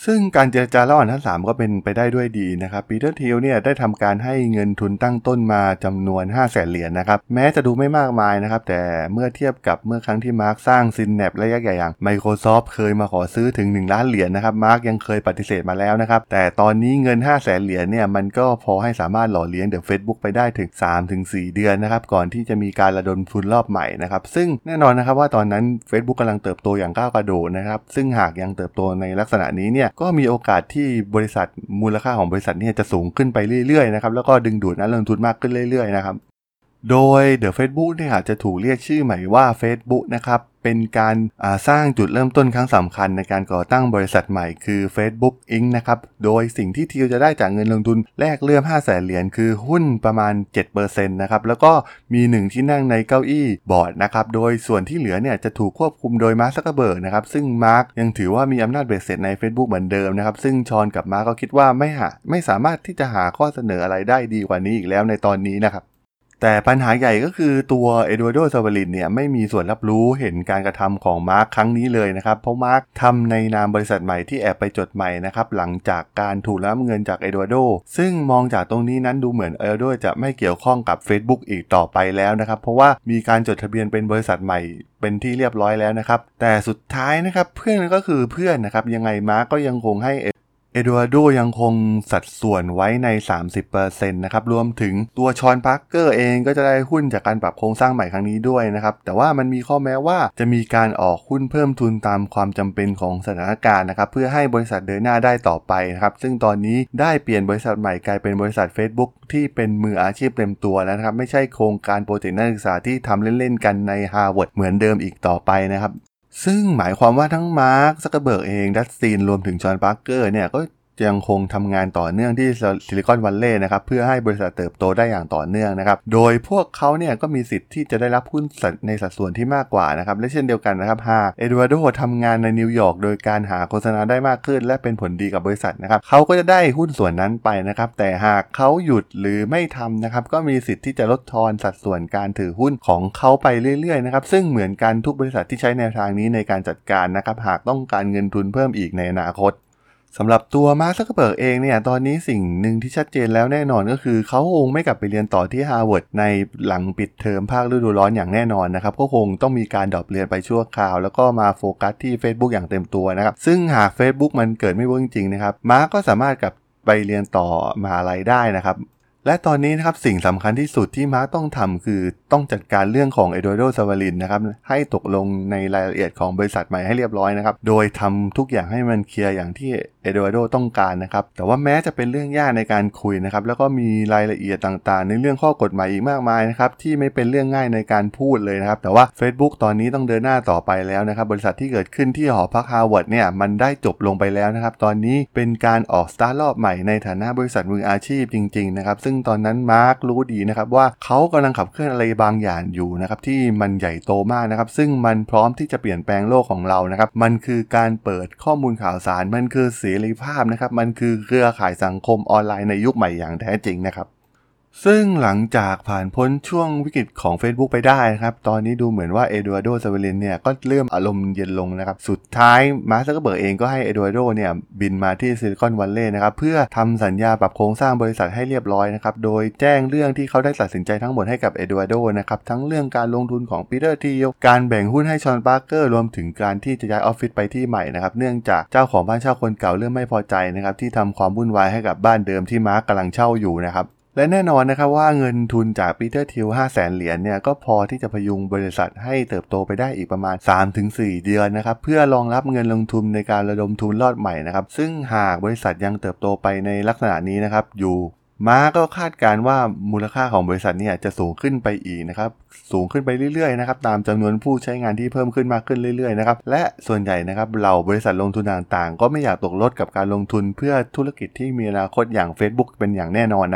Speaker 2: ซึ่งการเจรจาระหว่างทั้ง3ก็เป็นไปได้ด้วยดีนะครับปีเตอร์ทิลเนี่ยได้ทำการให้เงินทุนตั้งต้นมาจำนวน 500,000 เหรียญนะครับแม้จะดูไม่มากมายนะครับแต่เมื่อเทียบกับเมื่อครั้งที่มาร์คสร้าง Synapse ระยะใหญ่อย่าง Microsoft เคยมาขอซื้อถึง1ล้านเหรียญนะครับมาร์คยังเคยปฏิเสธมาแล้วนะครับแต่ตอนนี้เงิน 500,000 เหรียญเนี่ยมันก็พอให้สามารถหล่อเลี้ยงเดอะ Facebook ไปได้ถึง 3-4 เดือนนะครับก่อนที่จะมีการระดมทุนรอบใหม่นะครับซึ่งแน่นอนนะครับว่าตอนนั้น Facebook กำลังเติบโตอย่างก้าวกระโดดนะครับซึ่งหากยังเติบโตในลักษณะนี้เนี่ยก็มีโอกาสที่บริษัทมูลค่าของบริษัทเนี่ยจะสูงขึ้นไปเรื่อยๆนะครับแล้วก็ดึงดูดนักลงทุนมากขึ้นเรื่อยๆนะครับโดย The Facebook เนี่ยจะถูกเรียกชื่อใหม่ว่า Facebook นะครับเป็นการสร้างจุดเริ่มต้นครั้งสำคัญในการก่อตั้งบริษัทใหม่คือ Facebook Inc. นะครับโดยสิ่งที่ทีลจะได้จากเงินลงทุนแรกเริ่ม 500,000 เหรียญคือหุ้นประมาณ 7% นะครับแล้วก็มี1ที่นั่งในเก้าอี้บอร์ดนะครับโดยส่วนที่เหลือเนี่ยจะถูกควบคุมโดยมาร์ค ซักเคอร์เบิร์กนะครับซึ่งมาร์คยังถือว่ามีอำนาจเบ็ดเสร็จใน Facebook เหมือนเดิมนะครับซึ่งชอนกับมาร์คก็คิดว่าไม่สามารถที่จะหาข้อเสนออะไรได้ดีกว่านี้อีกแล้วในตอนนี้นะครับแต่ปัญหาใหญ่ก็คือตัวเอ็ดวาร์โด ซาวาลินเนี่ยไม่มีส่วนรับรู้เห็นการกระทำของมาร์คครั้งนี้เลยนะครับเพราะมาร์คทำในนามบริษัทใหม่ที่แอบไปจดใหม่นะครับหลังจากการถูกรับเงินจากเอ็ดวาร์โดซึ่งมองจากตรงนี้นั้นดูเหมือนเอ็ดวาร์โดจะไม่เกี่ยวข้องกับ Facebook อีกต่อไปแล้วนะครับเพราะว่ามีการจดทะเบียนเป็นบริษัทใหม่เป็นที่เรียบร้อยแล้วนะครับแต่สุดท้ายนะครับเพื่อนก็คือเพื่อนนะครับยังไงมาร์คก็ยังคงให้เอ็ดวาร์โดยังคงสัดส่วนไว้ใน 30% นะครับรวมถึงตัวชอน พาร์เกอร์เองก็จะได้หุ้นจากการปรับโครงสร้างใหม่ครั้งนี้ด้วยนะครับแต่ว่ามันมีข้อแม้ว่าจะมีการออกหุ้นเพิ่มทุนตามความจำเป็นของสถานการณ์นะครับเพื่อให้บริษัทเดินหน้าได้ต่อไปนะครับซึ่งตอนนี้ได้เปลี่ยนบริษัทใหม่กลายเป็นบริษัท Facebook ที่เป็นมืออาชีพเต็มตัวแล้วนะครับไม่ใช่โครงการโปรเจกต์นักศึกษาที่ทำเล่นๆกันใน Harvard เหมือนเดิมอีกต่อไปนะครับซึ่งหมายความว่าทั้งมาร์ค ซักเคอร์เบิร์กเองดัสตินรวมถึงชอน พาร์เกอร์เนี่ยก็ยังคงทำงานต่อเนื่องที่ซิลิคอนวัลเลย์นะครับเพื่อให้บริษัทเติบโตได้อย่างต่อเนื่องนะครับโดยพวกเขาเนี่ยก็มีสิทธิ์ที่จะได้รับหุ้นในสัดส่วนที่มากกว่านะครับและเช่นเดียวกันนะครับหากเอ็ดวาร์โดทำงานในนิวยอร์กโดยการหาโฆษณาได้มากขึ้นและเป็นผลดีกับบริษัทนะครับเขาก็จะได้หุ้นส่วนนั้นไปนะครับแต่หากเขาหยุดหรือไม่ทำนะครับก็มีสิทธิ์ที่จะลดทอนสัดส่วนการถือหุ้นของเขาไปเรื่อยๆนะครับซึ่งเหมือนกันทุกบริษัทที่ใช้แนวทางนี้ในการจัดการนะครับหากต้องการเงินทุนเพิ่มอีกในอนาคตสำหรับตัวมาร์ค ซักเคอร์เบิร์กเองเนี่ยตอนนี้สิ่งหนึ่งที่ชัดเจนแล้วแน่นอนก็คือเขาคงไม่กลับไปเรียนต่อที่ฮาร์วาร์ดในหลังปิดเทอมภาคฤดูร้อนอย่างแน่นอนนะครับก็คงต้องมีการดรอปเรียนไปชั่วคราวแล้วก็มาโฟกัสที่ Facebook อย่างเต็มตัวนะครับซึ่งหาก Facebook มันเกิดไม่เวิร์กจริงๆนะครับมาร์คก็สามารถกลับไปเรียนต่อมหาลัยได้นะครับและตอนนี้นะครับสิ่งสำคัญที่สุดที่มาร์คต้องทำคือต้องจัดการเรื่องของเอ็ดวาร์โด ซาวาลินนะครับให้ตกลงในรายละเอียดของบริษัทใหม่ให้เรียบร้อยนะครับโดยทำทุกอย่างให้มันเคลียร์อย่างที่เอ็ดวาร์โดต้องการนะครับแต่ว่าแม้จะเป็นเรื่องยากในการคุยนะครับแล้วก็มีรายละเอียดต่างๆในเรื่องข้อกฎหมายอีกมากมายนะครับที่ไม่เป็นเรื่องง่ายในการพูดเลยนะครับแต่ว่า Facebook ตอนนี้ต้องเดินหน้าต่อไปแล้วนะครับบริษัทที่เกิดขึ้นที่หอพักฮาร์วาร์ดเนี่ยมันได้จบลงไปแล้วนะครับตอนนี้เป็นการออกสตาร์ทรอบใหม่ในฐานะบริษัทมืออาชีพจริงๆนะครับซึ่งตอนนั้นมาร์ครู้ดีนะครับว่าเขากำลังขับเคลื่อนอะไรบางอย่างอยู่นะครับที่มันใหญ่โตมากนะครับซึ่งมันพร้อมที่จะเปลี่ยนแปลงโลกของเรานะครับมันคือการเปิดข้อมูลข่าวสารมันคือเสรีภาพนะครับมันคือเครือข่ายสังคมออนไลน์ในยุคใหม่อย่างแท้จริงนะครับซึ่งหลังจากผ่านพ้นช่วงวิกฤตของ Facebook ไปได้นะครับตอนนี้ดูเหมือนว่าเอ็ดวาร์โด ซาวาลินเนี่ยก็เริ่มอารมณ์เย็นลงนะครับสุดท้ายมาร์ค ซักเคอร์เบิร์กเองก็ให้เอ็ดวาร์โดเนี่ยบินมาที่ซิลิคอนวัลเลย์นะครับเพื่อทำสัญญาปรับโครงสร้างบริษัทให้เรียบร้อยนะครับโดยแจ้งเรื่องที่เขาได้ตัดสินใจทั้งหมดให้กับเอ็ดวาร์โดนะครับทั้งเรื่องการลงทุนของปีเตอร์ทีลการแบ่งหุ้นให้ชอน พาร์เกอร์รวมถึงการที่จะย้ายออฟฟิศไปที่ใหม่นะครับเนื่องจากเจ้าของบ้านเช่าคนเก่าเริ่มไม่พอใจนะครับที่ทำความวุ่นวายให้กับบ้านเดิมที่มาร์คกำลังเช่าอยู่นะครับและแน่นอนนะครับว่าเงินทุนจากปีเตอร์ทิล 500,000 เหรียญเนี่ยก็พอที่จะพยุงบริษัทให้เติบโตไปได้อีกประมาณ 3-4 เดือนนะครับเพื่อรองรับเงินลงทุนในการระดมทุนรอดใหม่นะครับซึ่งหากบริษัทยังเติบโตไปในลักษณะนี้นะครับอยู่มาก็คาดการว่ามูลค่าของบริษัทเนี่ยจะสูงขึ้นไปอีกนะครับสูงขึ้นไปเรื่อยๆนะครับตามจำนวนผู้ใช้งานที่เพิ่มขึ้นมากขึ้นเรื่อยๆนะครับและส่วนใหญ่นะครับเหล่าบริษัทลงทุนต่างๆก็ไม่อยากตกลดกับการลงทุนเพื่อธุรกิจที่มีอนาคตอย่าง Facebook เป็นอย่างแน่นอนนะครับ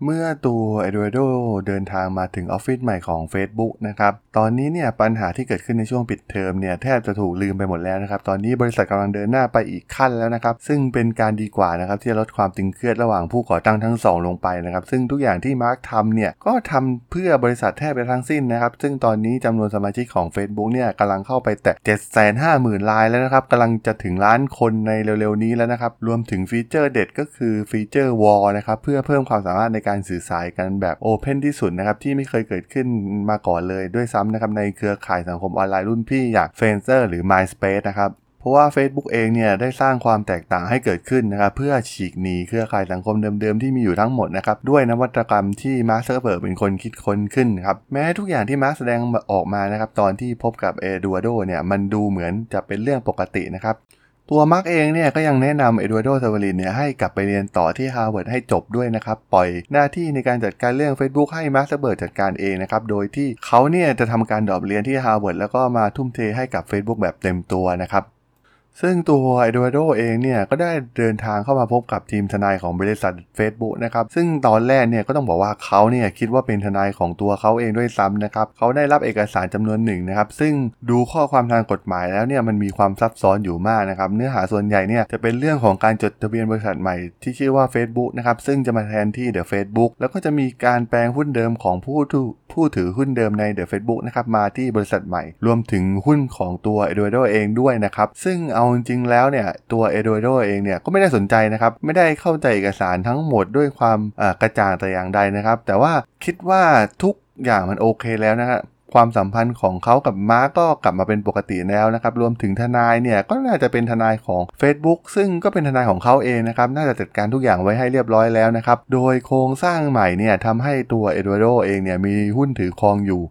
Speaker 2: เมื่อตัวเอดวาร์โดเดินทางมาถึงออฟฟิศใหม่ของ Facebook นะครับตอนนี้เนี่ยปัญหาที่เกิดขึ้นในช่วงปิดเทอมเนี่ยแทบจะถูกลืมไปหมดแล้วนะครับตอนนี้บริษัทกำลังเดินหน้าไปอีกขั้นแล้วนะครับซึ่งเป็นการดีกว่านะครับที่จะลดความตึงเครียดระหว่างผู้ก่อตั้งทั้งสองลงไปนะครับซึ่งทุกอย่างที่มาร์คทำเนี่ยก็ทำเพื่อบริษัทแทบจะทั้งสิ้นนะครับซึ่งตอนนี้จำนวนสมาชิกของ Facebook เนี่ยกำลังเข้าไปแตะ 750,000 รายแล้วนะครับกำลังจะถึงล้านคนในเร็วๆนี้แล้วนะครับรวมถึงฟีเจอร์เด็ดก็คือฟีเจอร์ Wall นะครับเพื่อเพิ่มความสามารถในการสื่อสารกันแบบ Open ที่สุดนะครับที่ไม่เคยเกิดขึ้นมาก่อนเลยด้วยซ้ำนะครับในเครือข่ายสังคมออนไลน์รุ่นพี่อย่าง Friendster หรือ MySpace นะครับเพราะว่า Facebook เองเนี่ยได้สร้างความแตกต่างให้เกิดขึ้นนะครับเพื่อฉีกหนีเครือข่ายสังคมเดิมๆที่มีอยู่ทั้งหมดนะครับด้วยนวัตกรรมที่มาร์ค ซักเคอร์เบิร์กเป็นคนคิดค้นขึ้นครับแม้ทุกอย่างที่มาร์คแสดงออกมานะครับตอนที่พบกับเอดูอาร์โดเนี่ยมันดูเหมือนจะเป็นเรื่องปกตินะครับตัวมาร์กเองเนี่ยก็ยังแนะนำเอดูอาร์โด ซาวาลินเนี่ยให้กลับไปเรียนต่อที่ฮาร์วาร์ดให้จบด้วยนะครับปล่อยหน้าที่ในการจัดการเรื่อง Facebook ให้มาร์ค ซักเคอร์เบิร์กจัดการเองนะครับโดยที่เขาเนี่ยจะทำการดรอปเรียนที่ฮาร์วาร์ดแล้วก็มาทุ่มเทให้กับ Facebook แบบเต็มตัวนะครับซึ่งตัวเอดูอาร์โดเองเนี่ยก็ได้เดินทางเข้ามาพบกับทีมทนายของบริษัท Facebook นะครับซึ่งตอนแรกเนี่ยก็ต้องบอกว่าเขาเนี่ยคิดว่าเป็นทนายของตัวเขาเองด้วยซ้ำนะครับเขาได้รับเอกสารจำนวนหนึ่งนะครับซึ่งดูข้อความทางกฎหมายแล้วเนี่ยมันมีความซับซ้อนอยู่มากนะครับเนื้อหาส่วนใหญ่เนี่ยจะเป็นเรื่องของการจดทะเบียนบริษัทใหม่ที่ชื่อว่า Facebook นะครับซึ่งจะมาแทนที่ The Facebook แล้วก็จะมีการแปลงหุ้นเดิมของผู้ถือหุ้นเดิมใน The Facebook นะครับมาที่บริษัทใหม่รวมถึงหุ้นของตัวเอดูอาร์โดเองด้วยนะครับซึ่งเอาจริงๆแล้วเนี่ยตัวเอดูอาร์โดเองเนี่ยก็ไม่ได้สนใจนะครับไม่ได้เข้าใจเอกสารทั้งหมดด้วยความกระจ่างแต่อย่างใดนะครับแต่ว่าคิดว่าทุกอย่างมันโอเคแล้วนะครับความสัมพันธ์ของเขากับมาร์กก็กลับมาเป็นปกติแล้วนะครับรวมถึงทนายเนี่ยก็น่าจะเป็นทนายของ Facebook ซึ่งก็เป็นทนายของเขาเองนะครับน่าจะจัดการทุกอย่างไว้ให้เรียบร้อยแล้วนะครับโดยโครงสร้างใหม่เนี่ยทำให้ตัวเอดูอาร์โดเองเนี่ยมีหุ้นถือครองอยู่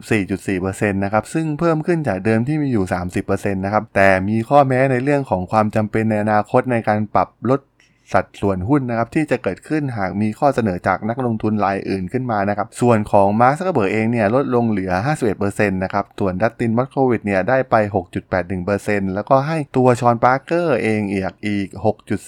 Speaker 2: 34.4% นะครับซึ่งเพิ่มขึ้นจากเดิมที่มีอยู่ 30% นะครับแต่มีข้อแม้ในเรื่องของความจำเป็นในอนาคตในการปรับลดสัดส่วนหุ้นนะครับที่จะเกิดขึ้นหากมีข้อเสนอจากนักลงทุนรายอื่นขึ้นมานะครับส่วนของมาร์ค ซักเคอร์เบิร์กเองเนี่ยลดลงเหลือ 51% นะครับส่วนดัสติน มอสโควิชเนี่ยได้ไป 6.81% แล้วก็ให้ตัวชอนปาร์เกอร์เองอีก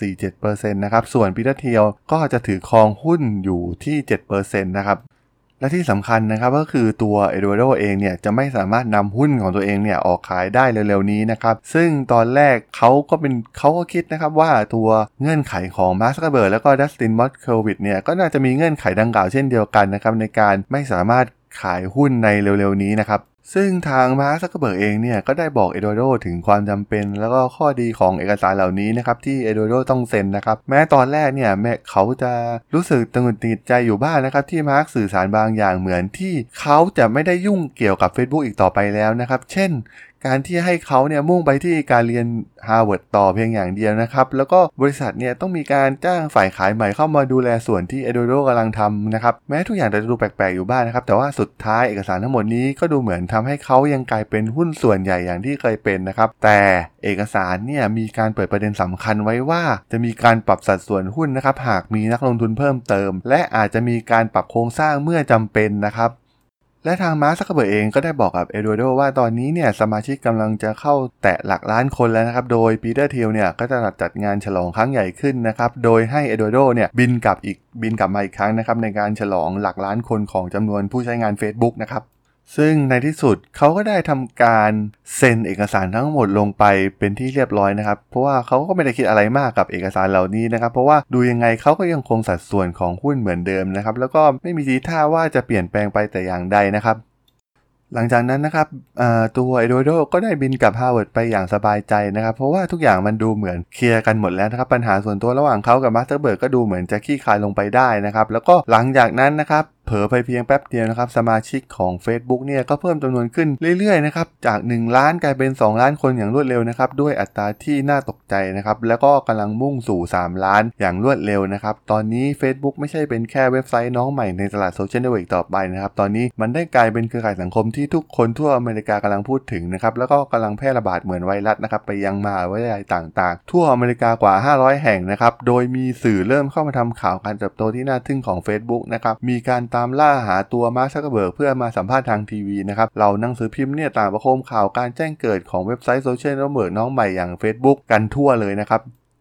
Speaker 2: 6.47% นะครับส่วนปีเตอร์ เทียลก็จะถือครองหุ้นอยู่ที่ 7% นะครับและที่สำคัญนะครับก็คือตัวเอดูอาร์โดเองเนี่ยจะไม่สามารถนำหุ้นของตัวเองเนี่ยออกขายได้เร็วๆนี้นะครับซึ่งตอนแรกเขาก็คิดนะครับว่าตัวเงื่อนไขของมาร์ค ซักเคอร์เบิร์กแล้วก็ดัสติน มอสโควิชเนี่ยก็น่าจะมีเงื่อนไขดังกล่าวเช่นเดียวกันนะครับในการไม่สามารถขายหุ้นในเร็วๆนี้นะครับซึ่งทางมาร์ค ซักเคอร์เบิร์กเองเนี่ยก็ได้บอกเอดูอาร์โดถึงความจำเป็นแล้วก็ข้อดีของเอกสารเหล่านี้นะครับที่เอดูอาร์โดต้องเซ็นนะครับแม้ตอนแรกเนี่ยเขาจะรู้สึกตึงติดใจอยู่บ้างนะครับที่มาร์คสื่อสารบางอย่างเหมือนที่เขาจะไม่ได้ยุ่งเกี่ยวกับ Facebook อีกต่อไปแล้วนะครับเช่นการที่ให้เขาเนี่ยมุ่งไปที่การเรียนฮาร์วาร์ดต่อเพียงอย่างเดียวนะครับแล้วก็บริษัทเนี่ยต้องมีการจ้างฝ่ายขายใหม่เข้ามาดูแลส่วนที่เอดูอาร์โดกำลังทำนะครับแม้ทุกอย่างจะดูแปลกๆอยู่บ้างนะครับแต่ว่าสุดท้ายเอกสารทั้งหมดนี้ก็ดูเหมือนทำให้เขายังกลายเป็นหุ้นส่วนใหญ่อย่างที่เคยเป็นนะครับแต่เอกสารเนี่ยมีการเปิดประเด็นสำคัญไว้ว่าจะมีการปรับสัดส่วนหุ้นนะครับหากมีนักลงทุนเพิ่มเติมและอาจจะมีการปรับโครงสร้างเมื่อจำเป็นนะครับและทางมาร์ค ซักเคอร์เบิร์กเองก็ได้บอกกับเอดูอาร์โดว่าตอนนี้เนี่ยสมาชิกกำลังจะเข้าแตะหลักล้านคนแล้วนะครับโดยปีเตอร์ ทิลเนี่ยก็จะจัดงานฉลองครั้งใหญ่ขึ้นนะครับโดยให้เอดูอาร์โดเนี่ยบินกลับมาอีกครั้งนะครับในการฉลองหลักล้านคนของจำนวนผู้ใช้งาน Facebook นะครับซึ่งในที่สุดเขาก็ได้ทำการเซ็นเอกสารทั้งหมดลงไปเป็นที่เรียบร้อยนะครับเพราะว่าเขาก็ไม่ได้คิดอะไรมากกับเอกสารเหล่านี้นะครับเพราะว่าดูยังไงเขาก็ยังคงสัดส่วนของหุ้นเหมือนเดิมนะครับแล้วก็ไม่มีทีท่าว่าจะเปลี่ยนแปลงไปแต่อย่างใดนะครับหลังจากนั้นนะครับตัวเอดูอาร์โดก็ได้บินกลับฮาร์วาร์ดไปอย่างสบายใจนะครับเพราะว่าทุกอย่างมันดูเหมือนเคลียร์กันหมดแล้วนะครับปัญหาส่วนตัวระหว่างเขากับมาร์ค ซักเคอร์เบิร์กก็ดูเหมือนจะคลี่คลายลงไปได้นะครับแล้วก็หลังจากนั้นนะครับเผลอไปเพียงแป๊บเดียวนะครับสมาชิกของ Facebook เนี่ยก็เพิ่มจำนวนขึ้นเรื่อยๆนะครับจาก1ล้านกลายเป็น2ล้านคนอย่างรวดเร็วนะครับด้วยอัตราที่น่าตกใจนะครับแล้วก็กำลังมุ่งสู่3ล้านอย่างรวดเร็วนะครับตอนนี้ Facebook ไม่ใช่เป็นแค่เว็บไซต์น้องใหม่ในตลาดโซเชียลเน็ตเวิร์กต่อไปนะครับตอนนี้มันได้กลายเป็นเครือข่ายสังคมที่ทุกคนทั่วอเมริกากำลังพูดถึงนะครับแล้วก็กำลังแพร่ระบาดเหมือนไวรัสนะครับไปยังมหาวิทยาลัยต่างๆทั่วอเมริกากว่า500แห่งนะครับโดยมีสื่อเริ่มเข้ามาทำข่าวการเติบโตที่น่าทึ่งของ Facebook นะครับมีการตามล่าหาตัวมาร์ค ซักเคอร์เบิร์กเพื่อมาสัมภาษณ์ทางทีวีนะครับเราหนังสือพิมพ์เนี่ยต่างประโคมข่าวการแจ้งเกิดของเว็บไซต์โซเชียลเน็ตเวิร์กน้องใหม่อย่าง Facebook กันทั่วเลยนะครับ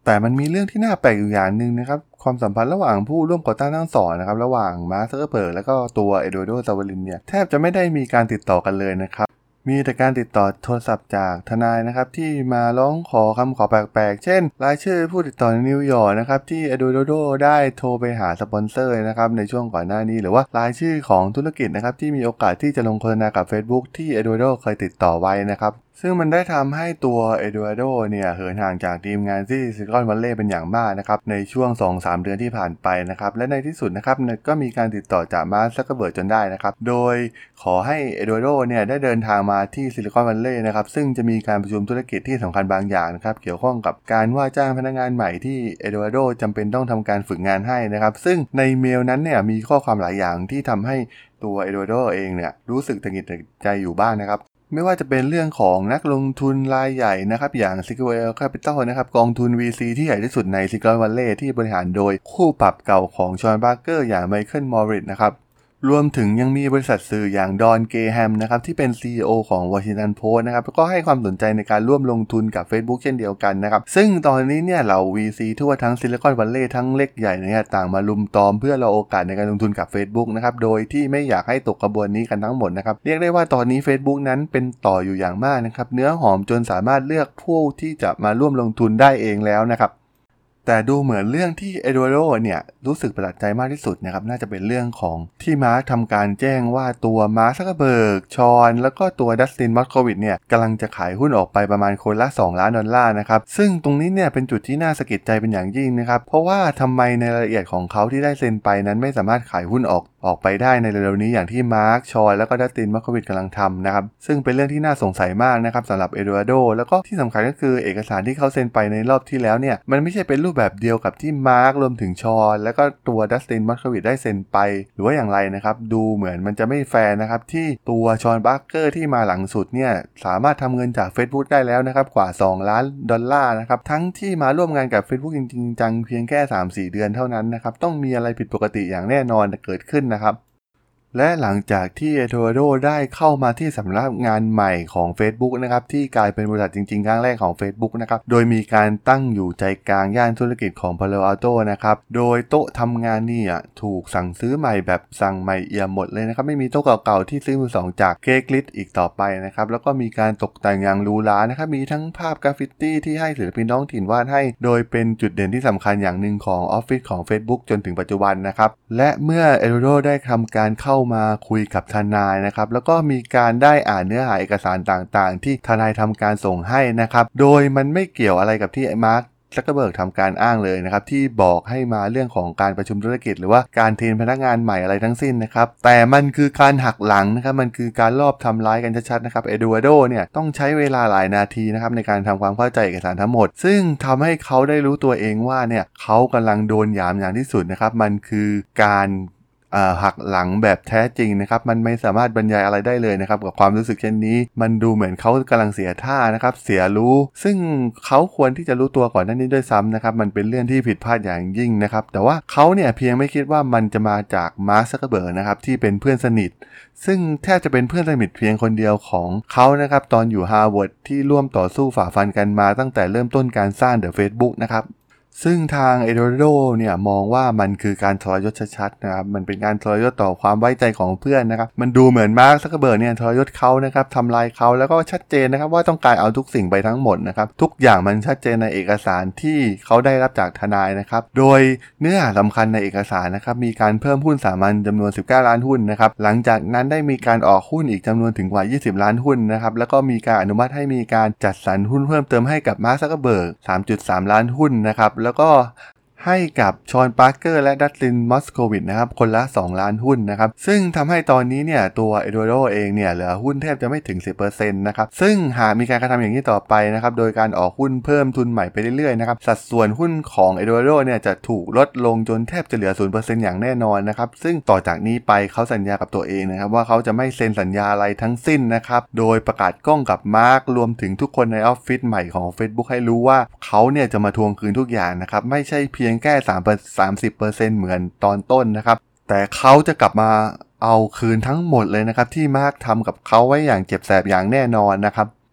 Speaker 2: แต่มันมีเรื่องที่น่าแปลกอยู่อย่างหนึ่งนะครับความสัมพันธ์ระหว่างผู้ร่วมก่อตั้งทั้งสองนะครับระหว่างมาร์ค ซักเคอร์เบิร์กแล้วก็ตัวเอ็ดวาร์โด ซาวาลินเนี่ยแทบจะไม่ได้มีการติดต่อกันเลยนะครับมีแต่การติดต่อโทรศัพท์จากทนายนะครับที่มาร้องขอคำขอแปลกๆเช่นรายชื่อผู้ติดต่อในนิวยอร์กนะครับที่เอ็ดวาร์โดได้โทรไปหาสปอนเซอร์นะครับในช่วงก่อนหน้านี้หรือว่ารายชื่อของธุรกิจนะครับที่มีโอกาสที่จะลงโฆษณากับ Facebook ที่เอ็ดวาร์โดเคยติดต่อไว้นะครับซึ่งมันได้ทำให้ตัวเอ็ดวาร์โดเนี่ยเหินห่างจากทีมงานที่ซิลิคอนวัลเลย์เป็นอย่างมากนะครับในช่วง 2-3 เดือนที่ผ่านไปนะครับและในที่สุดนะครับก็มีการติดต่อจากมาร์ค ซักเคอร์เบิร์กจนได้นะครับโดยขอให้เอ็ดวาร์โดเนี่ยได้เดินทางมาที่ซิลิคอนวัลเลย์นะครับซึ่งจะมีการประชุมธุรกิจที่สำคัญบางอย่างนะครับเกี่ยวข้องกับการว่าจ้างพนักงานใหม่ที่เอ็ดวาร์โดจำเป็นต้องทำการฝึกงานให้นะครับซึ่งในเมลนั้นเนี่ยมีข้อความหลายอย่างที่ทำให้ตัวเอ็ดวาร์โดเองเนี่ยรู้สึกตะหงิดตะใจอยู่บ้างนะครับไม่ว่าจะเป็นเรื่องของนักลงทุนรายใหญ่นะครับอย่าง Sequoia Capital นะครับกองทุน VC ที่ใหญ่ที่สุดใน Silicon Valley ที่บริหารโดยคู่ปรับเก่าของชอนบาร์เกอร์อย่างไมเคิล มอริสนะครับรวมถึงยังมีบริษัทสื่ออย่างดอนเกแฮมนะครับที่เป็น CEO ของ Washington Post นะครับแล้วก็ให้ความสนใจในการร่วมลงทุนกับ Facebook เช่นเดียวกันนะครับซึ่งตอนนี้เนี่ยเหล่า VC ทั่วทั้ง Silicon Valley ทั้งเล็กใหญ่เนี่ยต่างมาลุมตอมเพื่อรอโอกาสในการลงทุนกับ Facebook นะครับโดยที่ไม่อยากให้ตกกระบวนนี้กันทั้งหมดนะครับเรียกได้ว่าตอนนี้ Facebook นั้นเป็นต่ออยู่อย่างมากนะครับเนื้อหอมจนสามารถเลือกผู้ที่จะมาร่วมลงทุนได้เองแล้วนะครับแต่ดูเหมือนเรื่องที่เอ็ดวาร์โดเนี่ยรู้สึกประหลาดใจมากที่สุดนะครับน่าจะเป็นเรื่องของที่มาร์คทำการแจ้งว่าตัวมาร์ค ซักเคอร์เบิร์กชอนแล้วก็ตัวดัสติน มอสโควิชเนี่ยกำลังจะขายหุ้นออกไปประมาณคนละ$2 ล้านนะครับซึ่งตรงนี้เนี่ยเป็นจุดที่น่าสะกิดใจเป็นอย่างยิ่งนะครับเพราะว่าทำไมในรายละเอียดของเขาที่ได้เซ็นไปนั้นไม่สามารถขายหุ้นออกไปได้ในเร็วๆนี้อย่างที่มาร์ค ชอนแล้วก็ดัสติน มอสโควิชกำลังทำนะครับซึ่งเป็นเรื่องที่น่าสงสัยมากนะครับสำหรับเอ็ดวาร์โดแล้วก็ที่สำคัญก็คือเอกสารที่เขาเซ็นไปในรอบที่แล้วเนี่ยมันไม่ใช่เป็นรูปแบบเดียวกับที่มาร์ครวมถึงชอนแล้วก็ตัวดัสติน มอสโควิชได้เซ็นไปหรือว่าอย่างไรนะครับดูเหมือนมันจะไม่แฟร์นะครับที่ตัวชอนบาร์เกอร์ที่มาหลังสุดเนี่ยสามารถทำเงินจาก Facebook ได้แล้วนะครับกว่า$2 ล้านนะครับทั้งที่มาร่วมงานกับ Facebook จริงๆจังเพียงแค่ 3-4 เดือนเท่านั้นนะครับต้องมีอะไรผิดปกติอย่างแน่นอนเกิดขึ้นนะครับและหลังจากที่เอ็ดวาร์โดได้เข้ามาที่สำนักงานใหม่ของ Facebook นะครับที่กลายเป็นบริษัทจริงๆครั้งแรกของ Facebook นะครับโดยมีการตั้งอยู่ใจกลางย่านธุรกิจของ Palo Alto นะครับโดยโต๊ะทำงานนี่ถูกสั่งซื้อใหม่แบบสั่งใหม่เอี่ยมหมดเลยนะครับไม่มีโต๊ะเก่าๆที่ซื้อมือสองจากเค้กลิสอีกต่อไปนะครับแล้วก็มีการตกแต่งอย่างหรูหรานะครับมีทั้งภาพกราฟฟิตี้ที่ให้ศิลปินท้องถิ่นวาดให้โดยเป็นจุดเด่นที่สำคัญอย่างหนึ่งของออฟฟิศของ Facebook จนถึงปัจจุบันนะครับและเมื่อเอ็ดวาร์โดได้ทำการเข้ามาคุยกับทนายนะครับแล้วก็มีการได้อ่านเนื้อหาเอกสารต่างๆที่ทนายทำการส่งให้นะครับโดยมันไม่เกี่ยวอะไรกับที่มาร์ค ซักเคอร์เบิร์กทำการอ้างเลยนะครับที่บอกให้มาเรื่องของการประชุมธุรกิจหรือว่าการเทรนพนักงานใหม่อะไรทั้งสิ้นนะครับแต่มันคือการหักหลังนะครับมันคือการลอบทำร้ายกันชัดๆนะครับเอ็ดวาร์โดเนี่ยต้องใช้เวลาหลายนาทีนะครับในการทำความเข้าใจเอกสารทั้งหมดซึ่งทำให้เขาได้รู้ตัวเองว่าเนี่ยเขากำลังโดนหยามอย่างที่สุดนะครับมันคือการหักหลังแบบแท้จริงนะครับมันไม่สามารถบรรยายอะไรได้เลยนะครับกับความรู้สึกเช่นนี้มันดูเหมือนเขากำลังเสียท่านะครับเสียรู้ซึ่งเขาควรที่จะรู้ตัวก่อนหน้านี้ด้วยซ้ำนะครับมันเป็นเรื่องที่ผิดพลาดอย่างยิ่งนะครับแต่ว่าเขาเนี่ยเพียงไม่คิดว่ามันจะมาจากมาร์ค ซักเคอร์เบิร์กนะครับที่เป็นเพื่อนสนิทซึ่งแทบจะเป็นเพื่อนสนิทเพียงคนเดียวของเขานะครับตอนอยู่ฮาร์วาร์ดที่ร่วมต่อสู้ฝ่าฟันกันมาตั้งแต่เริ่มต้นการสร้าง The Facebook นะครับซึ่งทางเอ็ดวาร์โดเนี่ยมองว่ามันคือการทรยศชัดๆนะครับมันเป็นการทรยศต่อความไว้ใจของเพื่อนนะครับมันดูเหมือนมาร์ค ซักเคอร์เบิร์กเนี่ยทรยศเขานะครับทำลายเขาแล้วก็ชัดเจนนะครับว่าต้องการเอาทุกสิ่งไปทั้งหมดนะครับทุกอย่างมันชัดเจนในเอกสารที่เขาได้รับจากทนายนะครับโดยเนื้อหาสำคัญในเอกสารนะครับมีการเพิ่มหุ้นสามัญจำนวน19ล้านหุ้นนะครับหลังจากนั้นได้มีการออกหุ้นอีกจำนวนถึงกว่า20ล้านหุ้นนะครับแล้วก็มีการอนุมัติให้มีการจัดสรรหุ้นเพิ่มเติมให้กับมาร์ค ซักเคอร์เบิร์ก 3.3 ล้านหุ้นนะครับแล้วก็ให้กับชอน ปาร์เกอร์และดัสติน มอสโควิชนะครับคนละ2ล้านหุ้นนะครับซึ่งทำให้ตอนนี้เนี่ยตัวเอ็ดวาร์โดเองเนี่ยเหลือหุ้นแทบจะไม่ถึง 10% นะครับซึ่งหากมีการกระทำอย่างนี้ต่อไปนะครับโดยการออกหุ้นเพิ่มทุนใหม่ไปเรื่อยๆนะครับสัดส่วนหุ้นของเอ็ดวาร์โดเนี่ยจะถูกลดลงจนแทบจะเหลือ 0% อย่างแน่นอนนะครับซึ่งต่อจากนี้ไปเขาสัญญากับตัวเองนะครับว่าเขาจะไม่เซ็นสัญญาอะไรทั้งสิ้นนะครับโดยประกาศกล้องกับมาร์ครวมถึงทุกคนในออฟฟิศใหม่ของ Facebook ให้รู้ว่าเขาเนี่ยจะมาทวงคืนทุกอย่างนะครับไม่ใช่เพียงแค่30% เหมือนตอนต้นนะครับแต่เขาจะกลับมาเอาคืนทั้งหมดเลยนะครับที่มาร์คทำกับเขาไว้อย่างเจ็บแสบอย่างแน่นอนนะครับ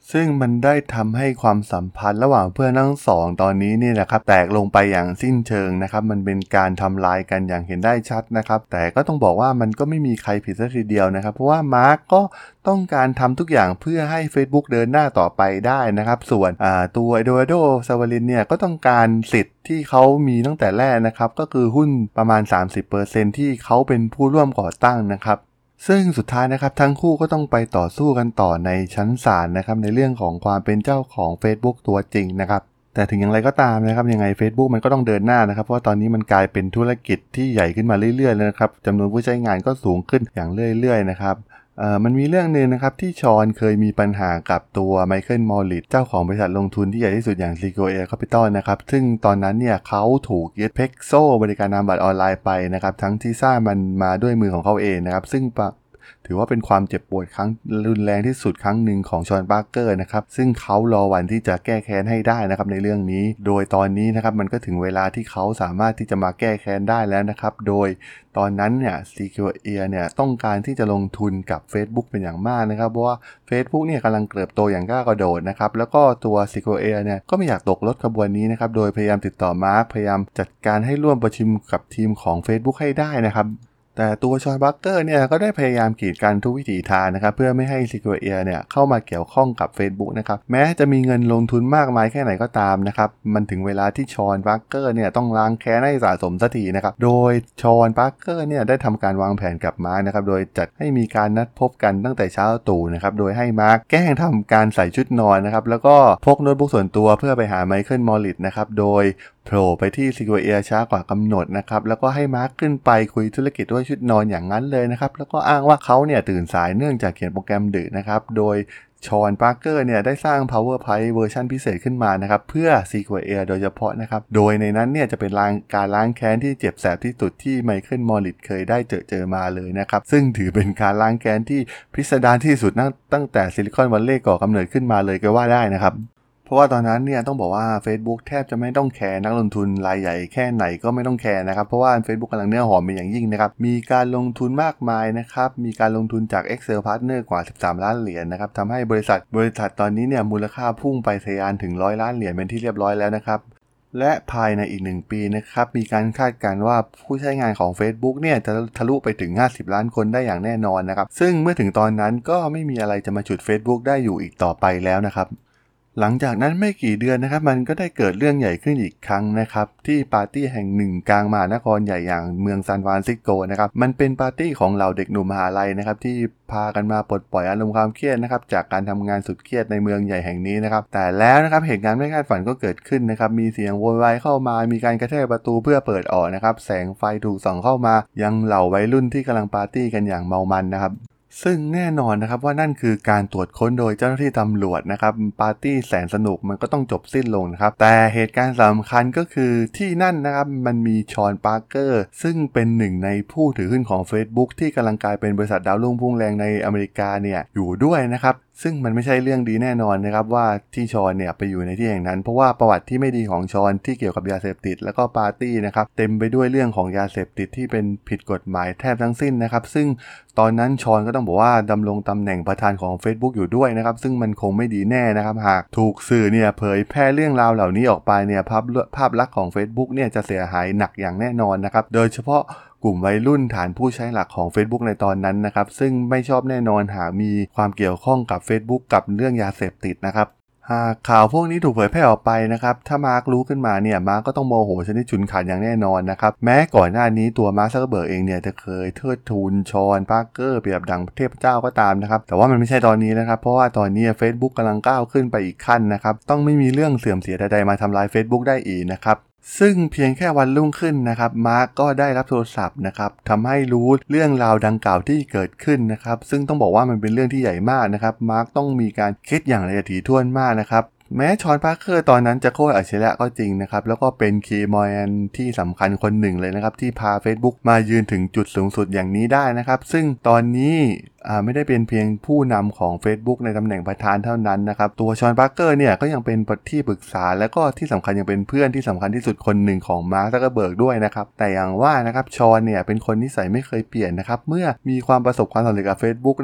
Speaker 2: ซึ่งมันได้ทำให้ความสัมพันธ์ระหว่างเพื่อนทั้งสองตอนนี้นี่แหละครับแตกลงไปอย่างสิ้นเชิงนะครับมันเป็นการทำลายกันอย่างเห็นได้ชัดนะครับแต่ก็ต้องบอกว่ามันก็ไม่มีใครผิดซะทีเดียวนะครับเพราะว่ามาร์กก็ต้องการทำทุกอย่างเพื่อให้ Facebook เดินหน้าต่อไปได้นะครับส่วนตัวเอโดอาร์โด ซาวาลินเนี่ยก็ต้องการสิทธิ์ที่เขามีตั้งแต่แรกนะครับก็คือหุ้นประมาณ 30% ที่เขาเป็นผู้ร่วมก่อตั้งนะครับซึ่งสุดท้ายนะครับทั้งคู่ก็ต้องไปต่อสู้กันต่อในชั้นศาลนะครับในเรื่องของความเป็นเจ้าของ Facebook ตัวจริงนะครับแต่ถึงอย่างไรก็ตามนะครับยังไง Facebook มันก็ต้องเดินหน้านะครับเพราะว่าตอนนี้มันกลายเป็นธุรกิจที่ใหญ่ขึ้นมาเรื่อยๆแล้วนะครับจำนวนผู้ใช้งานก็สูงขึ้นอย่างเรื่อยๆนะครับมันมีเรื่องนึงนะครับที่ชอนเคยมีปัญหากับตัวไมเคิลมอลลิตเจ้าของบริษัทลงทุนที่ใหญ่ที่สุดอย่าง Sequoia Capital นะครับซึ่งตอนนั้นเนี่ยเขาถูกยึด Pexo บริการนามบัตรออนไลน์ไปนะครับทั้งที่สร้างมันมาด้วยมือของเขาเองนะครับซึ่งถือว่าเป็นความเจ็บปวดครั้งรุนแรงที่สุดครั้งหนึ่งของชอนปาร์เกอร์นะครับซึ่งเขารอวันที่จะแก้แค้นให้ได้นะครับในเรื่องนี้โดยตอนนี้นะครับมันก็ถึงเวลาที่เขาสามารถที่จะมาแก้แค้นได้แล้วนะครับโดยตอนนั้นเนี่ย Sequoia เนี่ยต้องการที่จะลงทุนกับ Facebook เป็นอย่างมากนะครับเพราะว่า Facebook เนี่ยกำลังเติบโตอย่างก้าวกระโดดนะครับแล้วก็ตัว Sequoia เนี่ยก็ไม่อยากตกรถขบวนนี้นะครับโดยพยายามติดต่อมาร์คพยายามจัดการให้ร่วมประชุมกับทีมของ Facebook ให้ได้นะครับแต่ตัวชอนบัคเกอร์เนี่ยก็ได้พยายามกีดกันทุกวิถีทางนะครับเพื่อไม่ให้ Sequoia เนี่ยเข้ามาเกี่ยวข้องกับ Facebook นะครับแม้จะมีเงินลงทุนมากมายแค่ไหนก็ตามนะครับมันถึงเวลาที่ชอนบัคเกอร์เนี่ยต้องล้างแค้นให้สะสมสักทีนะครับโดยชอนบัคเกอร์เนี่ยได้ทำการวางแผนกับมาร์คนะครับโดยจัดให้มีการนัดพบกันตั้งแต่เช้าตรู่นะครับโดยให้มาร์คแกล้งทำการใส่ชุดนอนนะครับแล้วก็พกโน้ตบุ๊กส่วนตัวเพื่อไปหาไมเคิลมอลลิตนะครับโดยโผล่ไปที่ Sequoia ช้ากว่ากำหนดนะครับแล้วก็ให้มาร์คขึ้นไปคุยธุรกิจด้วยชุดนอนอย่างนั้นเลยนะครับแล้วก็อ้างว่าเขาเนี่ยตื่นสายเนื่องจากเขียนโปรแกรมดึกนะครับโดยชอนปาร์เกอร์เนี่ยได้สร้าง PowerPoint เวอร์ชันพิเศษขึ้นมานะครับเพื่อ Sequoia โดยเฉพาะนะครับโดยในนั้นเนี่ยจะเป็นการล้างแค้นที่เจ็บแสบที่สุดที่ไมเคิลมอลลิตเคยได้เจอมาเลยนะครับซึ่งถือเป็นการล้างแค้นที่พิสดารที่สุดตั้งแต่ซิลิคอนวัลเลย์ก่อกำเนิดขึ้นมาเลยก็ว่าได้นะครับเพราะว่าตอนนั้นเนี่ยต้องบอกว่า Facebook แทบจะไม่ต้องแคร์นักลงทุนรายใหญ่แค่ไหนก็ไม่ต้องแคร์นะครับเพราะว่า Facebook กำลังเนื้อหอมเป็นอย่างยิ่งนะครับมีการลงทุนมากมายนะครับมีการลงทุนจาก Excel Partner กว่า13ล้านเหรียญนะครับทำให้บริษัทตอนนี้เนี่ยมูลค่าพุ่งไปทะยานถึง100ล้านเหรียญเป็นที่เรียบร้อยแล้วนะครับและภายในอีก1ปีนะครับมีการคาดการณ์ว่าผู้ใช้งานของ Facebook เนี่ยจะทะลุไปถึง50ล้านคนได้อย่างแน่นอนนะครับซึ่งเมื่อถึงตอนนั้นก็ไม่มีอะไรจะมาฉุด Facebook ได้อยู่อีกต่อไปแล้วนะครับหลังจากนั้นไม่กี่เดือนนะครับมันก็ได้เกิดเรื่องใหญ่ขึ้นอีกครั้งนะครับที่ปาร์ตี้แห่งหนึ่งกลางมหานครใหญ่อย่างเมืองซานฟรานซิสโกนะครับมันเป็นปาร์ตี้ของเหล่าเด็กหนุ่มมหาลัยนะครับที่พากันมาปลดปล่อยอารมณ์ความเครียดนะครับจากการทำงานสุดเครียดในเมืองใหญ่แห่งนี้นะครับแต่แล้วนะครับเหตุการณ์ไม่คาดฝันก็เกิดขึ้นนะครับมีเสียงโวยวายเข้ามามีการกระแทกประตูเพื่อเปิดออกนะครับแสงไฟถูกส่องเข้ามายังเหล่าวัยรุ่นที่กำลังปาร์ตี้กันอย่างเมามันนะครับซึ่งแน่นอนนะครับว่านั่นคือการตรวจค้นโดยเจ้าหน้าที่ตำรวจนะครับปาร์ตี้แสนสนุกมันก็ต้องจบสิ้นลงนะครับแต่เหตุการณ์สำคัญก็คือที่นั่นนะครับมันมีชอนปาร์เกอร์ซึ่งเป็นหนึ่งในผู้ถือหุ้นของ Facebook ที่กำลังกลายเป็นบริษัทดาวรุ่งพุ่งแรงในอเมริกาเนี่ยอยู่ด้วยนะครับซึ่งมันไม่ใช่เรื่องดีแน่นอนนะครับว่าที่ชอนเนี่ยไปอยู่ในที่แห่งนั้นเพราะว่าประวัติที่ไม่ดีของชอนที่เกี่ยวกับยาเสพติดแล้วก็ปาร์ตี้นะครับเต็มไปด้วยเรื่องของยาเสพติดที่เป็นผิดกฎหมายแทบทั้งสิ้นนะครับซึ่งตอนนั้นชอนก็ต้องบอกว่าดำรงตำแหน่งประธานของ Facebook อยู่ด้วยนะครับซึ่งมันคงไม่ดีแน่นะครับหากถูกสื่อเนี่ยเผยแพร่เรื่องราวเหล่านี้ออกไปเนี่ยภาพลักษณ์ของ Facebook เนี่ยจะเสียหายหนักอย่างแน่นอนนะครับโดยเฉพาะกลุ่มวัยรุ่นฐานผู้ใช้หลักของ Facebook ในตอนนั้นนะครับซึ่งไม่ชอบแน่นอนหากมีความเกี่ยวข้องกับ Facebook กับเรื่องยาเสพติดนะครับหากข่าวพวกนี้ถูกเผยแพร่ออกไปนะครับถ้ามาร์ครู้ขึ้นมาเนี่ยมาร์คก็ต้องโมโหชนิดฉุนขาดอย่างแน่นอนนะครับแม้ก่อนหน้านี้ตัวมาร์คซักเคอร์เบิร์กเองเนี่ยจะเคยเทิดทูนชอนปาร์เกอร์เปรียบดังเทพเจ้าก็ตามนะครับแต่ว่ามันไม่ใช่ตอนนี้นะครับเพราะว่าตอนนี้ Facebook กำลังก้าวขึ้นไปอีกขั้นนะครับต้องไม่มีเรื่องเสื่อมเสียใดๆมาทำลาย Facebook ได้อีกนะครับซึ่งเพียงแค่วันรุ่งขึ้นนะครับมาร์คก็ได้รับโทรศัพท์นะครับทำให้รู้เรื่องราวดังกล่าวที่เกิดขึ้นนะครับซึ่งต้องบอกว่ามันเป็นเรื่องที่ใหญ่มากนะครับมาร์คต้องมีการคิดอย่างละเอียดถี่ถ้วนมากนะครับแม้ชอนปาร์เกอร์ตอนนั้นจะโคตรอัจฉริยะก็จริงนะครับแล้วก็เป็นคีย์แมนที่สำคัญคนหนึ่งเลยนะครับที่พา Facebook มายืนถึงจุดสูงสุดอย่างนี้ได้นะครับซึ่งตอนนี้ไม่ได้เป็นเพียงผู้นำของ Facebook ในตำแหน่งประธานเท่านั้นนะครับตัวชอนปาร์เกอร์เนี่ยก็ยังเป็นที่ปรึกษาและก็ที่สำคัญยังเป็นเพื่อนที่สำคัญที่สุดคนหนึ่งของมาร์ค ซักเคอร์เบิร์กด้วยนะครับแต่อย่างว่านะครับชอนเนี่ยเป็นคนนิสัยไม่เคยเปลี่ยนนะครับเมื่อมีความประสบความสำเร็จกับ Facebook นะครับ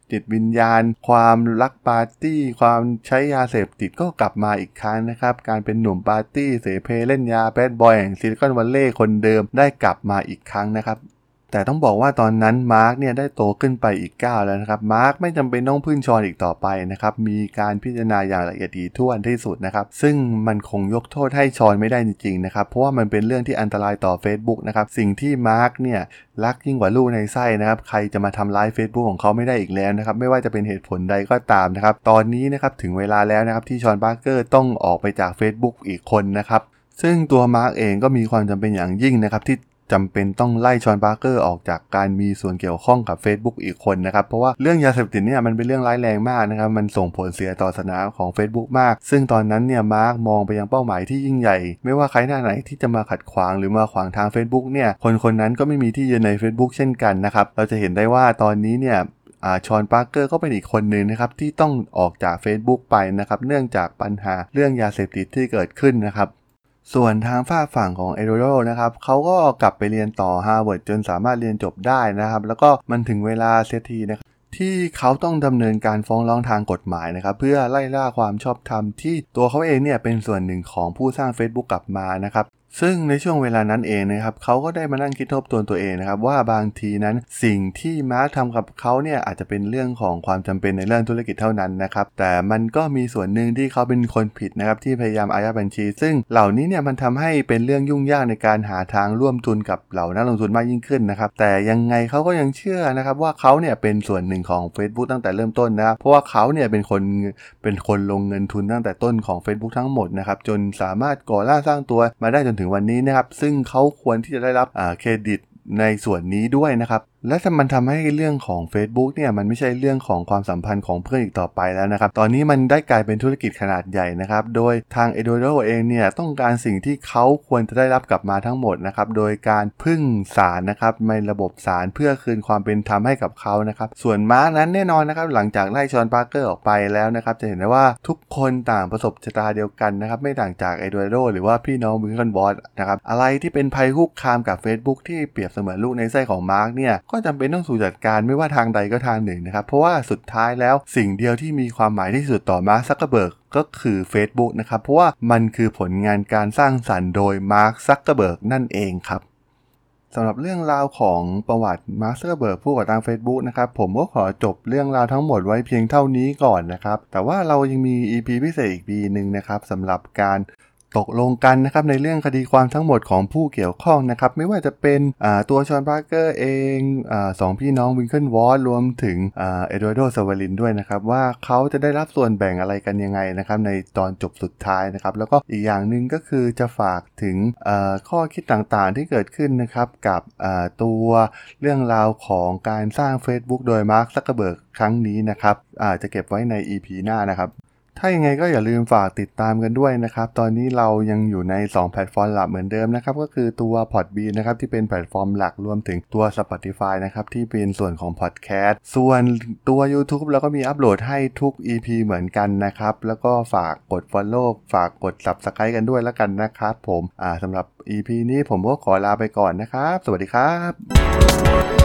Speaker 2: จิตวิญญาณความรักปาร์ตี้ความใช้ยาเสพติดก็กลับมาอีกครั้งนะครับการเป็นหนุ่มปาร์ตี้เสเพเล่นยาแบดบอยแห่งซิลิคอนวัลเลย์คนเดิมได้กลับมาอีกครั้งนะครับแต่ต้องบอกว่าตอนนั้นมาร์คเนี่ยได้โตขึ้นไปอีกก้าวแล้วนะครับมาร์คไม่จำเป็นต้องพึ่งชอนอีกต่อไปนะครับมีการพิจารณาอย่างละเอียดถี่ถ้วนที่สุดนะครับซึ่งมันคงยกโทษให้ชอนไม่ได้จริงๆนะครับเพราะว่ามันเป็นเรื่องที่อันตรายต่อ Facebook นะครับสิ่งที่มาร์คเนี่ยรักยิ่งกว่าลูกในไส้นะครับใครจะมาทำร้าย Facebook ของเขาไม่ได้อีกแล้วนะครับไม่ว่าจะเป็นเหตุผลใดก็ตามนะครับตอนนี้นะครับถึงเวลาแล้วนะครับที่ชอนปาร์เกอร์ต้องออกไปจาก Facebook อีกคนนะครับซึ่งตัวมาร์คเองก็มีความจำเป็นอย่างยิ่งนะครับที่จำเป็นต้องไล่ชอนปาร์เกอร์ออกจากการมีส่วนเกี่ยวข้องกับ Facebook อีกคนนะครับเพราะว่าเรื่องยาเสพติดเนี่ยมันเป็นเรื่องร้ายแรงมากนะครับมันส่งผลเสียต่อศาสนาของ Facebook มากซึ่งตอนนั้นเนี่ยมาร์คมองไปยังเป้าหมายที่ยิ่งใหญ่ไม่ว่าใครหน้าไหนที่จะมาขัดขวางหรือมาขวางทาง Facebook เนี่ยคนนั้นก็ไม่มีที่ยืนใน Facebook เช่นกันนะครับเราจะเห็นได้ว่าตอนนี้เนี่ยชอนปาร์เกอร์ก็เป็นอีกคนหนึ่งนะครับที่ต้องออกจาก Facebook ไปนะครับเนื่องจากปัญหาเรื่องยาเสพติดที่เกิดขึ้นนะครับส่วนทางฝั่งของเอโดโรนะครับเขาก็กลับไปเรียนต่อฮาร์วาร์ดจนสามารถเรียนจบได้นะครับแล้วก็มันถึงเวลาเสียทีนะครับที่เขาต้องดำเนินการฟ้องร้องทางกฎหมายนะครับเพื่อไล่ล่าความชอบธรรมที่ตัวเขาเองเนี่ยเป็นส่วนหนึ่งของผู้สร้าง Facebook กลับมานะครับซึ่งในช่วงเวลานั้นเองนะครับเขาก็ได้มานั่งคิดทบทวนตัวเองนะครับว่าบางทีนั้นสิ่งที่มาร์คทำกับเขาเนี่ยอาจจะเป็นเรื่องของความจำเป็นในเรื่องธุรกิจเท่านั้นนะครับแต่มันก็มีส่วนหนึ่งที่เขาเป็นคนผิดนะครับที่พยายามอายัดบัญชีซึ่งเหล่านี้เนี่ยมันทำให้เป็นเรื่องยุ่งยากในการหาทางร่วมทุนกับเหล่านักลงทุนมากยิ่งขึ้นนะครับแต่ยังไงเขาก็ยังเชื่อนะครับว่าเขาเนี่ยเป็นส่วนหนึ่งของ Facebook ตั้งแต่เริ่มต้นนะครับเพราะว่าเขาเนี่ยเป็นคนลงเงินทุนตั้งแต่ต้นของ Facebook ทั้งหมดนะครับจนสามารถก่อร่างสร้างตัวมาได้จนถึงวันนี้นะครับซึ่งเขาควรที่จะได้รับเครดิตในส่วนนี้ด้วยนะครับและมันทำให้เรื่องของ Facebook เนี่ยมันไม่ใช่เรื่องของความสัมพันธ์ของเพื่อนอีกต่อไปแล้วนะครับตอนนี้มันได้กลายเป็นธุรกิจขนาดใหญ่นะครับโดยทางเอโดโรเองเนี่ยต้องการสิ่งที่เขาควรจะได้รับกลับมาทั้งหมดนะครับโดยการพึ่งศาลนะครับในระบบศาลเพื่อคืนความเป็นธรรมให้กับเขานะครับส่วนมาร์คนั้นแน่นอนนะครับหลังจากไล่ชอนปาร์เกอร์ออกไปแล้วนะครับจะเห็นได้ว่าทุกคนต่างประสบชะตาเดียวกันนะครับไม่ต่างจากเอโดโรหรือว่าพี่น้องวิลคันบอสนะครับอะไรที่เป็นภัยคุกคามกับ Facebook ที่เปรียบเสมือนลูกในไส้ของมาร์คเนี่ยก็จำเป็นต้องถูกจัดการไม่ว่าทางใดก็ทางหนึ่งนะครับเพราะว่าสุดท้ายแล้วสิ่งเดียวที่มีความหมายที่สุดต่อมาร์ค ซักเคอร์เบิร์กก็คือ Facebook นะครับเพราะว่ามันคือผลงานการสร้างสรรค์โดยมาร์ค ซักเคอร์เบิร์กนั่นเองครับสำหรับเรื่องราวของประวัติมาร์ค ซักเคอร์เบิร์กผู้ก่อตั้ง Facebook นะครับผมก็ขอจบเรื่องราวทั้งหมดไว้เพียงเท่านี้ก่อนนะครับแต่ว่าเรายังมี EP พิเศษอีก EP นึงนะครับสำหรับการตกลงกันนะครับในเรื่องคดีความทั้งหมดของผู้เกี่ยวข้องนะครับไม่ว่าจะเป็นตัวชอนปาร์เกอร์เองสองพี่น้องวิงเคิลวอร์ดรวมถึงเอ็ดวาร์โด ซาวาลินด้วยนะครับว่าเขาจะได้รับส่วนแบ่งอะไรกันยังไงนะครับในตอนจบสุดท้ายนะครับแล้วก็อีกอย่างหนึ่งก็คือจะฝากถึงข้อคิดต่างๆที่เกิดขึ้นนะครับกับตัวเรื่องราวของการสร้าง Facebook โดยมาร์ค ซักเคอร์เบิร์กครั้งนี้นะครับจะเก็บไว้ใน EP หน้านะครับถ้ายังไงก็อย่าลืมฝากติดตามกันด้วยนะครับตอนนี้เรายังอยู่ใน2แพลตฟอร์มหลักเหมือนเดิมนะครับก็คือตัว Podbean นะครับที่เป็นแพลตฟอร์มหลักรวมถึงตัว Spotify นะครับที่เป็นส่วนของ Podcast ส่วนตัว YouTube เราก็มีอัปโหลดให้ทุก EP เหมือนกันนะครับแล้วก็ฝากกด Follow ฝากกด Subscribe กันด้วยแล้วกันนะครับผมสำหรับ EP นี้ผมก็ขอลาไปก่อนนะครับสวัสดีครับ